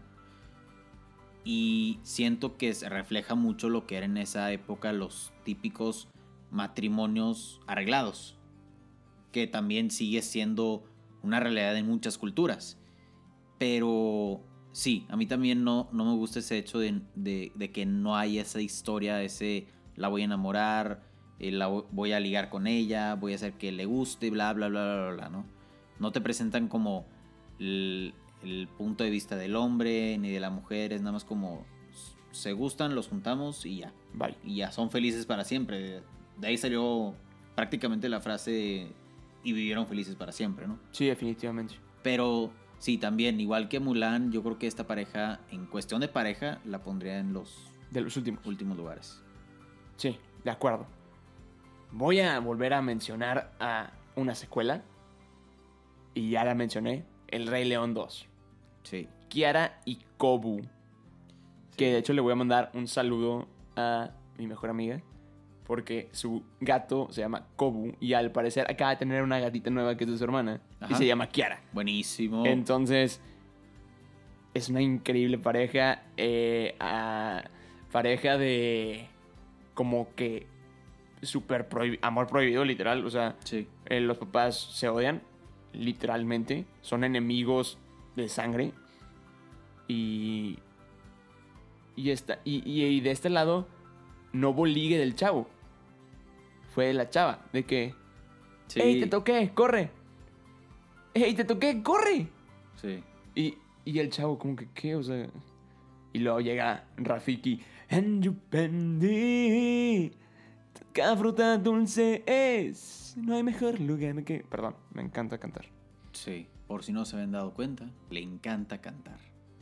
B: Y siento que se refleja mucho lo que era en esa época los típicos matrimonios arreglados, que también sigue siendo una realidad en muchas culturas. Pero sí, a mí también no me gusta ese hecho de que no hay esa historia, la voy a enamorar, voy a ligar con ella, voy a hacer que le guste, bla, bla, bla, bla, bla, ¿no? No te presentan como el punto de vista del hombre ni de la mujer, es nada más como se gustan, los juntamos y ya.
C: Bye.
B: Y ya son felices para siempre. De ahí salió prácticamente la frase y vivieron felices para siempre, ¿no?
C: Sí, definitivamente.
B: Pero sí, también, igual que Mulan, yo creo que esta pareja, en cuestión de pareja, la pondría en los
C: De los últimos.
B: últimos lugares.
C: Sí, de acuerdo. Voy a volver a mencionar a una secuela. Y ya la mencioné. El Rey León 2.
B: Sí.
C: Kiara y Kobu. Que de hecho le voy a mandar un saludo a mi mejor amiga. Porque su gato se llama Kobu. Y al parecer acaba de tener una gatita nueva que es de su hermana.
B: Ajá.
C: Y se llama Kiara.
B: Buenísimo.
C: Entonces, es una increíble pareja. pareja de como que súper amor prohibido, literal. O sea,
B: Sí.
C: los papás se odian, literalmente. Son enemigos de sangre. Y de este lado, no hubo ligue del chavo. Fue de la chava, de que...
B: Sí.
C: ¡Ey, te toqué! ¡Corre! ¡Ey, te toqué! ¡Corre!
B: Sí.
C: Y el chavo como que, ¿qué? O sea... Y luego llega Rafiki. And you pendí. Cada fruta dulce es. No hay mejor lugar que... Perdón, me encanta cantar.
B: Sí. Por si no se habían dado cuenta, le encanta cantar.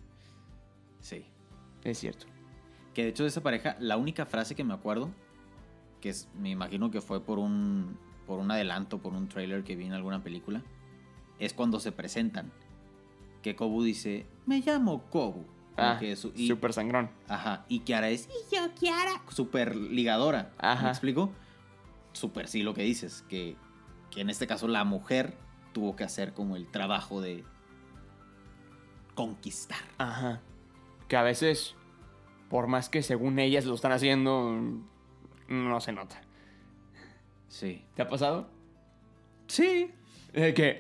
B: Sí.
C: Es cierto.
B: Que de hecho de esa pareja, la única frase que me acuerdo, me imagino que fue por un adelanto, por un trailer que vi en alguna película, es cuando se presentan. Que Kobu dice, me llamo Kobu.
C: Ah,
B: que
C: súper sangrón.
B: Ajá, y Kiara es, y yo Kiara. Súper ligadora.
C: Ajá.
B: ¿Me explico? Súper sí lo que dices, que en este caso la mujer tuvo que hacer como el trabajo de conquistar.
C: Ajá. Que a veces, por más que según ellas lo están haciendo, no se nota.
B: Sí.
C: ¿Te ha pasado?
B: Sí.
C: Que...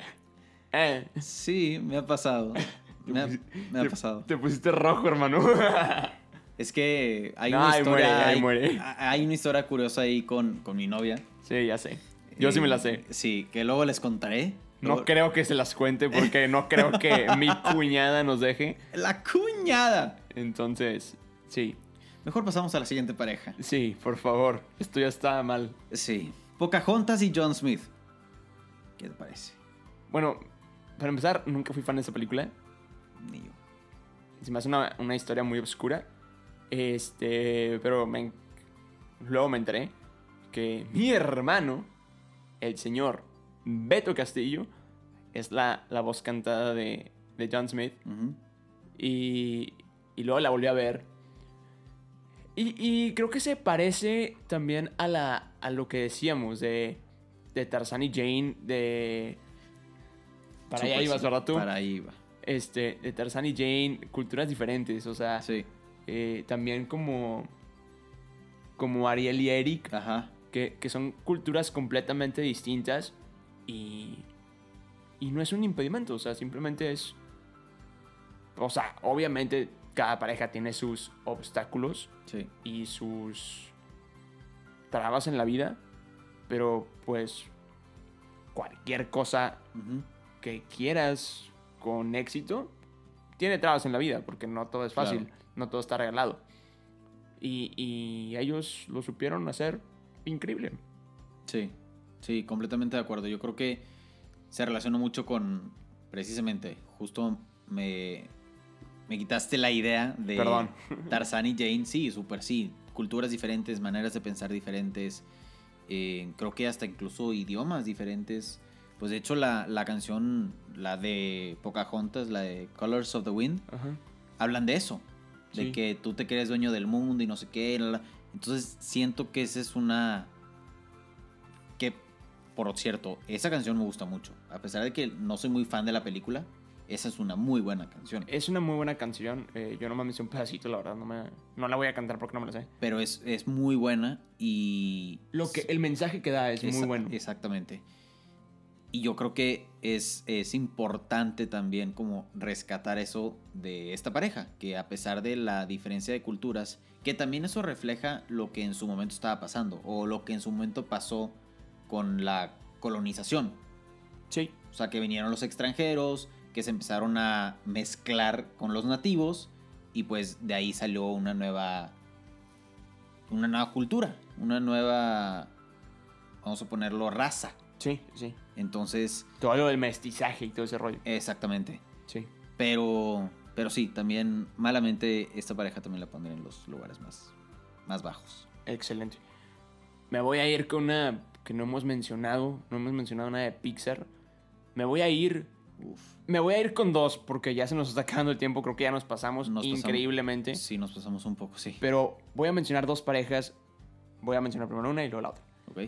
B: Sí, me ha pasado. Me ha pasado.
C: Te pusiste rojo, hermano.
B: Es que hay
C: No,
B: una
C: ahí
B: historia.
C: muere.
B: Hay una historia curiosa ahí con mi novia.
C: Sí, ya sé. Yo sí me la sé.
B: Sí, que luego les contaré.
C: No creo que se las cuente porque no creo que mi cuñada nos deje.
B: ¡La cuñada!
C: Entonces, sí.
B: Mejor pasamos a la siguiente pareja.
C: Sí, por favor. Esto ya está mal.
B: Sí. Pocahontas y John Smith. ¿Qué te parece?
C: Bueno, para empezar, nunca fui fan de esa película.
B: Ni yo.
C: Se me hace una historia muy oscura. Pero luego me enteré que mi hermano, el señor Beto Castillo, es la voz cantada de John Smith.
B: Uh-huh.
C: Y luego la volví a ver. Y creo que se parece también a lo que decíamos de Tarzán y Jane, de... Para allá ibas, ¿verdad tú?
B: Para ahí iba.
C: De Tarzán y Jane, culturas diferentes, o sea...
B: Sí.
C: También como Ariel y Eric,
B: Ajá.
C: que son culturas completamente distintas y no es un impedimento, o sea, simplemente es... O sea, obviamente cada pareja tiene sus obstáculos
B: Sí.
C: y sus trabas en la vida, pero pues cualquier cosa
B: Uh-huh.
C: que quieras con éxito tiene trabas en la vida, porque no todo es fácil.
B: Claro.
C: No todo está regalado. Y ellos lo supieron hacer increíble.
B: Sí, sí, completamente de acuerdo. Yo creo que se relaciona mucho con, precisamente, justo me quitaste la idea de
C: Perdón.
B: Tarzán y Jane. Sí, súper sí. Culturas diferentes, maneras de pensar diferentes. Creo que hasta incluso idiomas diferentes. Pues de hecho la canción, la de Pocahontas, la de Colors of the Wind,
C: Ajá.
B: hablan de eso. De
C: Sí.
B: que tú te crees dueño del mundo y no sé qué. Entonces siento que esa es una... Que, por cierto, esa canción me gusta mucho. A pesar de que no soy muy fan de la película, esa es una muy buena canción.
C: Es una muy buena canción. Yo nomás me hice un pedacito, la verdad. No la voy a cantar porque no me la sé.
B: Pero es muy buena y...
C: El mensaje que da es muy bueno.
B: Exactamente. Y yo creo que es importante también como rescatar eso de esta pareja, que a pesar de la diferencia de culturas, que también eso refleja lo que en su momento estaba pasando, o lo que en su momento pasó con la colonización.
C: Sí.
B: O sea, que vinieron los extranjeros, que se empezaron a mezclar con los nativos, y pues de ahí salió una nueva cultura, una nueva, vamos a ponerlo, raza.
C: Sí, sí.
B: Entonces...
C: Todo lo del mestizaje y todo ese rollo.
B: Exactamente.
C: Sí.
B: Pero sí, también malamente esta pareja también la pondré en los lugares más bajos.
C: Excelente. Me voy a ir con una que no hemos mencionado. No hemos mencionado nada de Pixar. Me voy a ir con dos porque ya se nos está acabando el tiempo. Creo que ya nos pasamos increíblemente.
B: Sí, nos pasamos un poco, sí.
C: Pero voy a mencionar dos parejas. Voy a mencionar primero una y luego la otra.
B: Ok.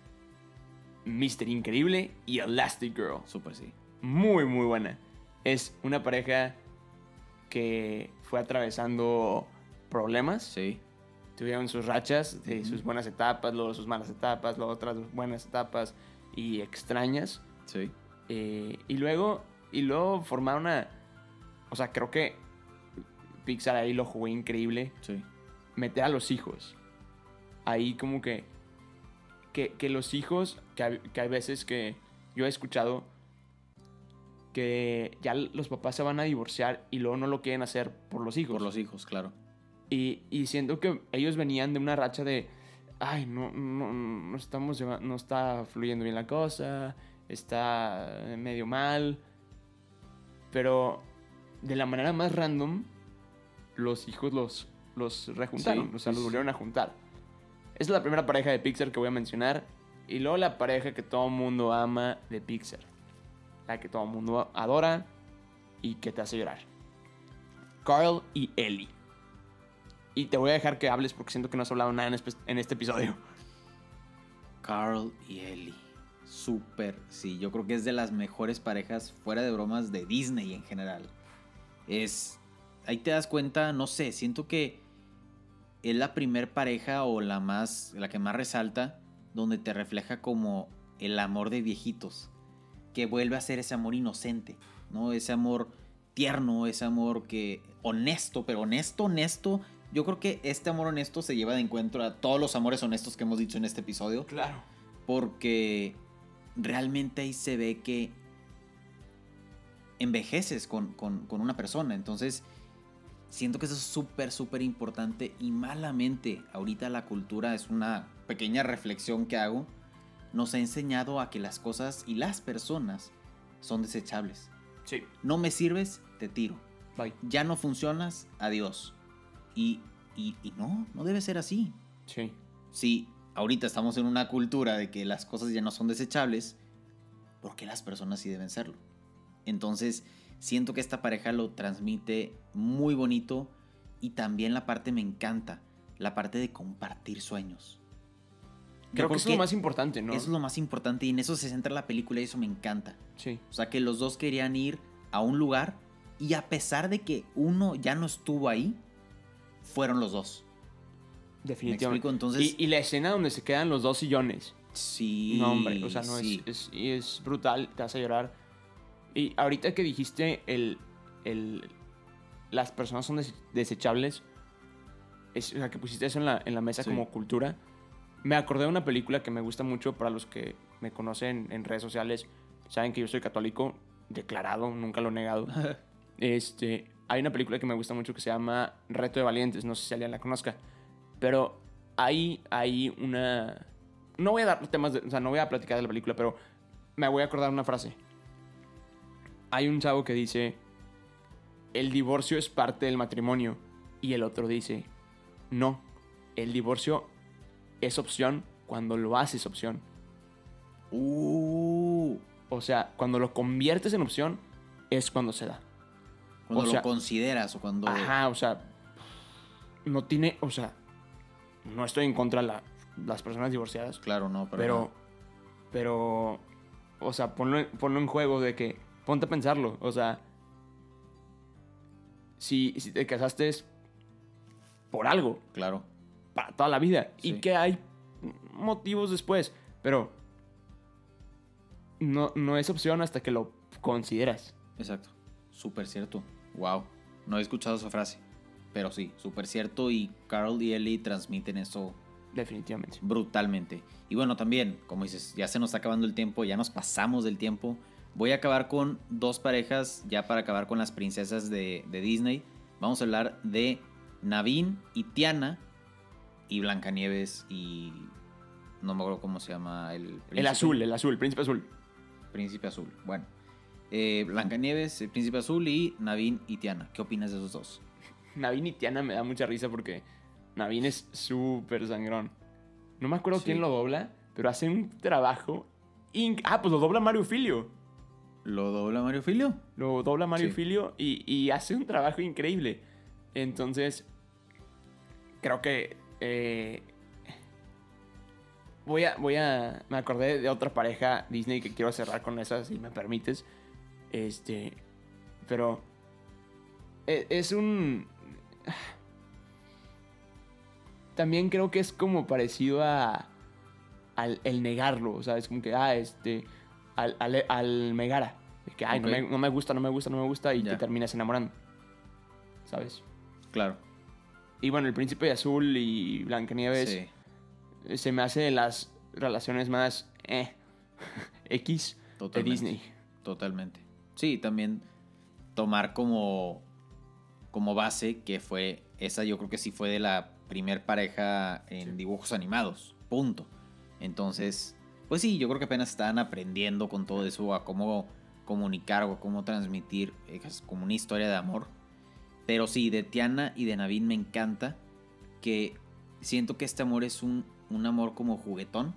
C: Mr. Increíble y Elastic Girl.
B: Súper, sí.
C: Muy, muy buena. Es una pareja que fue atravesando problemas.
B: Sí.
C: tuvieron sus rachas, sus buenas etapas, luego sus malas etapas, luego otras buenas etapas y extrañas.
B: Sí.
C: Y luego formaron una... O sea, creo que Pixar ahí lo jugó increíble.
B: Sí.
C: Meter a los hijos. Ahí como que los hijos, que hay veces que yo he escuchado que ya los papás se van a divorciar y luego no lo quieren hacer por los hijos.
B: Por los hijos, claro.
C: Y siento que ellos venían de una racha de, ay, no está fluyendo bien la cosa, está medio mal. Pero de la manera más random, los hijos los rejuntaron,
B: Sí,
C: o sea,
B: sí,
C: los
B: sí.
C: volvieron a juntar. Esa es la primera pareja de Pixar que voy a mencionar. Y luego la pareja que todo el mundo ama de Pixar. La que todo el mundo adora y que te hace llorar. Carl y Ellie. Y te voy a dejar que hables porque siento que no has hablado nada en este episodio.
B: Carl y Ellie. Súper, sí. Yo creo que es de las mejores parejas, fuera de bromas, de Disney en general. Ahí te das cuenta, no sé, siento que es la primer pareja o la que más resalta, donde te refleja como el amor de viejitos, que vuelve a ser ese amor inocente, ¿no? Ese amor tierno, ese amor que honesto, pero honesto. Yo creo que este amor honesto se lleva de encuentro a todos los amores honestos que hemos dicho en este episodio.
C: Claro.
B: Porque realmente ahí se ve que envejeces con una persona. Entonces, siento que eso es súper importante. Y malamente, ahorita la cultura, es una pequeña reflexión que hago, nos ha enseñado a que las cosas y las personas son desechables.
C: Sí.
B: No me sirves, te tiro.
C: Bye.
B: Ya no funcionas, adiós. Y no debe ser así.
C: Sí.
B: Si ahorita estamos en una cultura de que las cosas ya no son desechables, ¿por qué las personas sí deben serlo? Entonces, siento que esta pareja lo transmite muy bonito. Y también la parte me encanta, la parte de compartir sueños.
C: Creo que eso es lo más importante, ¿no?
B: Eso es lo más importante y en eso se centra la película y eso me encanta.
C: Sí.
B: O sea, que los dos querían ir a un lugar y a pesar de que uno ya no estuvo ahí, fueron los dos.
C: Definitivamente.
B: ¿Me explico? Entonces,
C: Y la escena donde se quedan los dos sillones.
B: sí.
C: No, hombre, o sea, no
B: sí.
C: es brutal, te hace llorar. Y ahorita que dijiste las personas son desechables, o sea, que pusiste eso en la mesa
B: Sí.
C: como cultura, me acordé de una película que me gusta mucho. Para los que me conocen en redes sociales, saben que yo soy católico declarado, nunca lo he negado. Hay una película que me gusta mucho que se llama Reto de Valientes, no sé si alguien la conozca, pero hay una... No voy a dar temas, o sea, no voy a platicar de la película, pero me voy a acordar una frase. Hay un chavo que dice, el divorcio es parte del matrimonio, y el otro dice, no, el divorcio es opción cuando lo haces opción. O sea, cuando lo conviertes en opción es cuando se da.
B: Cuando
C: o sea,
B: lo consideras o cuando...
C: Ajá, o sea, no tiene, o sea, no estoy en contra de las personas divorciadas.
B: Claro, no,
C: pero, o sea, ponlo en juego de que, ponte a pensarlo, o sea, si te casaste es por algo,
B: Claro.
C: para toda la vida,
B: Sí.
C: y que hay motivos después, pero no es opción hasta que lo consideras.
B: Exacto. Súper cierto. Wow. No he escuchado esa frase. Pero sí, súper cierto. Y Carl y Ellie transmiten eso
C: Definitivamente.
B: brutalmente. Y bueno, también, como dices, ya se nos está acabando el tiempo, ya nos pasamos del tiempo. Voy a acabar con dos parejas, ya para acabar con las princesas de Disney. Vamos a hablar de Naveen y Tiana y Blancanieves y... No me acuerdo cómo se llama el príncipe.
C: El azul, príncipe azul.
B: Príncipe Azul. Bueno. Blancanieves, el Príncipe Azul y Naveen y Tiana. ¿Qué opinas de esos dos?
C: Naveen y Tiana me da mucha risa porque Naveen es súper sangrón. No me acuerdo
B: Sí.
C: quién lo dobla, pero hace un trabajo... pues lo dobla Mario Filio.
B: ¿Lo dobla Mario Filio?
C: Lo dobla Mario
B: Sí.
C: Filio y hace un trabajo increíble. Entonces, creo que... me acordé de otra pareja Disney que quiero cerrar con esa, si me permites. Pero... es un... también creo que es como parecido al el negarlo, o sea, es como que, al Megara. De que,
B: Ok.
C: no me gusta, y
B: Ya.
C: te terminas enamorando, ¿sabes?
B: Claro.
C: Y bueno, El Príncipe Azul y Blancanieves
B: Sí,
C: se me hace de las relaciones más X de
B: totalmente.
C: Disney.
B: Totalmente. Sí, también tomar como base que fue esa, yo creo que sí fue de la primer pareja en dibujos animados. Punto. Entonces, pues sí, yo creo que apenas estaban aprendiendo con todo eso a cómo comunicar o cómo transmitir como una historia de amor. Pero sí, de Tiana y de Naveen me encanta que siento que este amor es un amor como juguetón.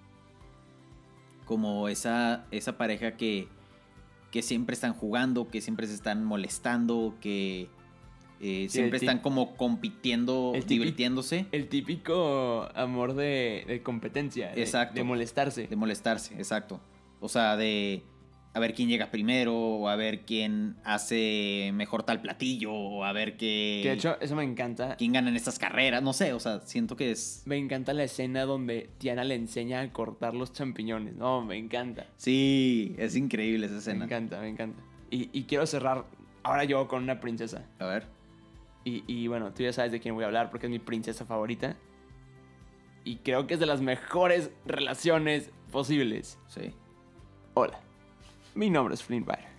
B: Como esa pareja que siempre están jugando, que siempre se están molestando, que siempre están como compitiendo, divirtiéndose.
C: El típico amor de competencia.
B: Exacto.
C: De molestarse.
B: De molestarse, exacto. O sea, de a ver quién llega primero, o a ver quién hace mejor tal platillo, o a ver
C: Que de hecho, eso me encanta.
B: quién gana en estas carreras. No sé, o sea, siento que es...
C: Me encanta la escena donde Tiana le enseña a cortar los champiñones. No, me encanta.
B: Sí, es increíble esa escena.
C: Me encanta. Y quiero cerrar ahora yo con una princesa.
B: A ver.
C: Y bueno, tú ya sabes de quién voy a hablar porque es mi princesa favorita. Y creo que es de las mejores relaciones posibles.
B: Sí.
C: Hola, mi nombre es Flynn Rider.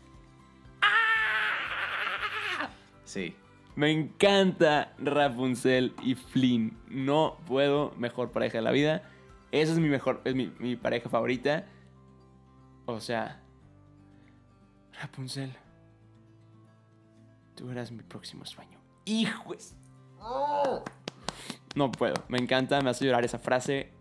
B: Sí.
C: Me encanta Rapunzel y Flynn. No puedo mejor pareja de la vida. Esa es mi pareja favorita. O sea, Rapunzel, tú eras mi próximo sueño. ¡Hijos! No puedo. Me encanta, me hace llorar esa frase.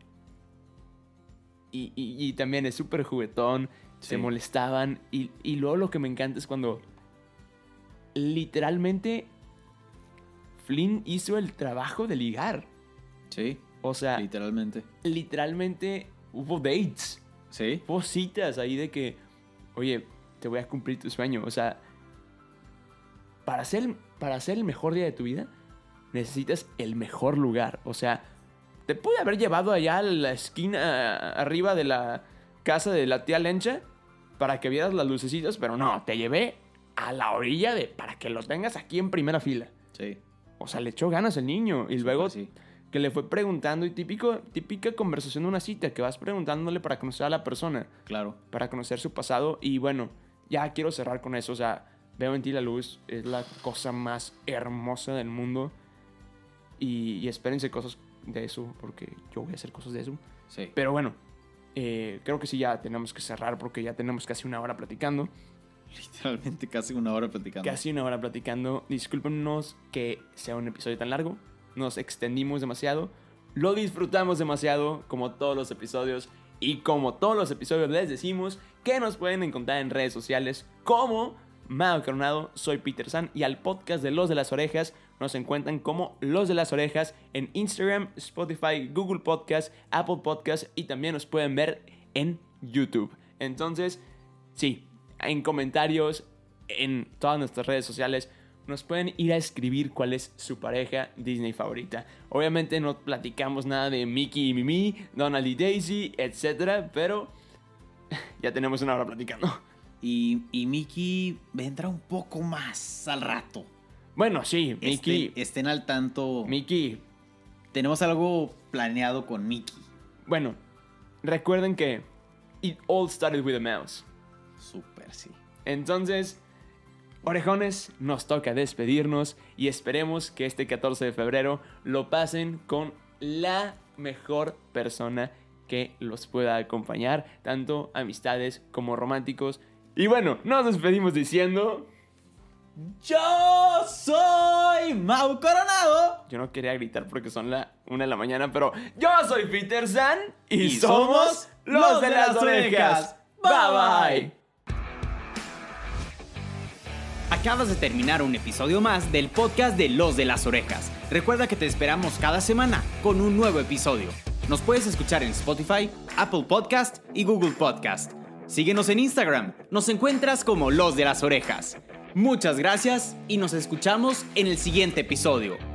C: Y también es súper juguetón.
B: Sí.
C: Se molestaban. Y luego lo que me encanta es cuando literalmente Flynn hizo el trabajo de ligar.
B: Sí.
C: O sea,
B: Literalmente.
C: hubo dates.
B: Sí.
C: Hubo citas ahí de que, oye, te voy a cumplir tu sueño. O sea, para hacer el mejor día de tu vida, necesitas el mejor lugar. O sea, te pude haber llevado allá a la esquina arriba de la casa de la tía Lencha para que vieras las lucecitas, pero no, te llevé a la orilla para que lo tengas aquí en primera fila.
B: Sí.
C: O sea, le echó ganas el niño. Y luego
B: Sí.
C: que le fue preguntando, y típica conversación de una cita, que vas preguntándole para conocer a la persona,
B: Claro.
C: para conocer su pasado. Y bueno, ya quiero cerrar con eso. O sea, Veo en ti la luz, es la cosa más hermosa del mundo. Y espérense cosas de eso, porque yo voy a hacer cosas de eso.
B: Sí.
C: Pero bueno, creo que sí, ya tenemos que cerrar porque ya tenemos casi una hora platicando.
B: Literalmente casi una hora platicando.
C: Casi una hora platicando. Discúlpenos que sea un episodio tan largo. Nos extendimos demasiado. Lo disfrutamos demasiado, como todos los episodios. Y como todos los episodios les decimos que nos pueden encontrar en redes sociales como Mao Coronado, soy Peter San. Y al podcast de Los de las Orejas nos encuentran como Los de las Orejas en Instagram, Spotify, Google Podcast, Apple Podcast. Y también nos pueden ver en YouTube. Entonces, sí, en comentarios, en todas nuestras redes sociales, nos pueden ir a escribir cuál es su pareja Disney favorita. Obviamente no platicamos nada de Mickey y Mimi, Donald y Daisy, etc. Pero ya tenemos una hora platicando.
B: Y Mickey vendrá un poco más al rato.
C: Bueno, sí, Mickey.
B: Estén al tanto.
C: Mickey.
B: Tenemos algo planeado con Mickey.
C: Bueno, recuerden que it all started with a mouse.
B: Súper, sí.
C: Entonces, orejones, nos toca despedirnos y esperemos que este 14 de febrero lo pasen con la mejor persona que los pueda acompañar, tanto amistades como románticos. Y bueno, nos despedimos diciendo...
B: ¡Yo soy Mau Coronado!
C: Yo no quería gritar porque son la 1 de la mañana, pero yo soy Peter San y
B: somos
C: los de las orejas. Bye bye.
B: Acabas de terminar un episodio más del podcast de Los de las Orejas. Recuerda que te esperamos cada semana con un nuevo episodio. Nos puedes escuchar en Spotify, Apple Podcast y Google Podcast. Síguenos en Instagram. Nos encuentras como Los de las Orejas. Muchas gracias y nos escuchamos en el siguiente episodio.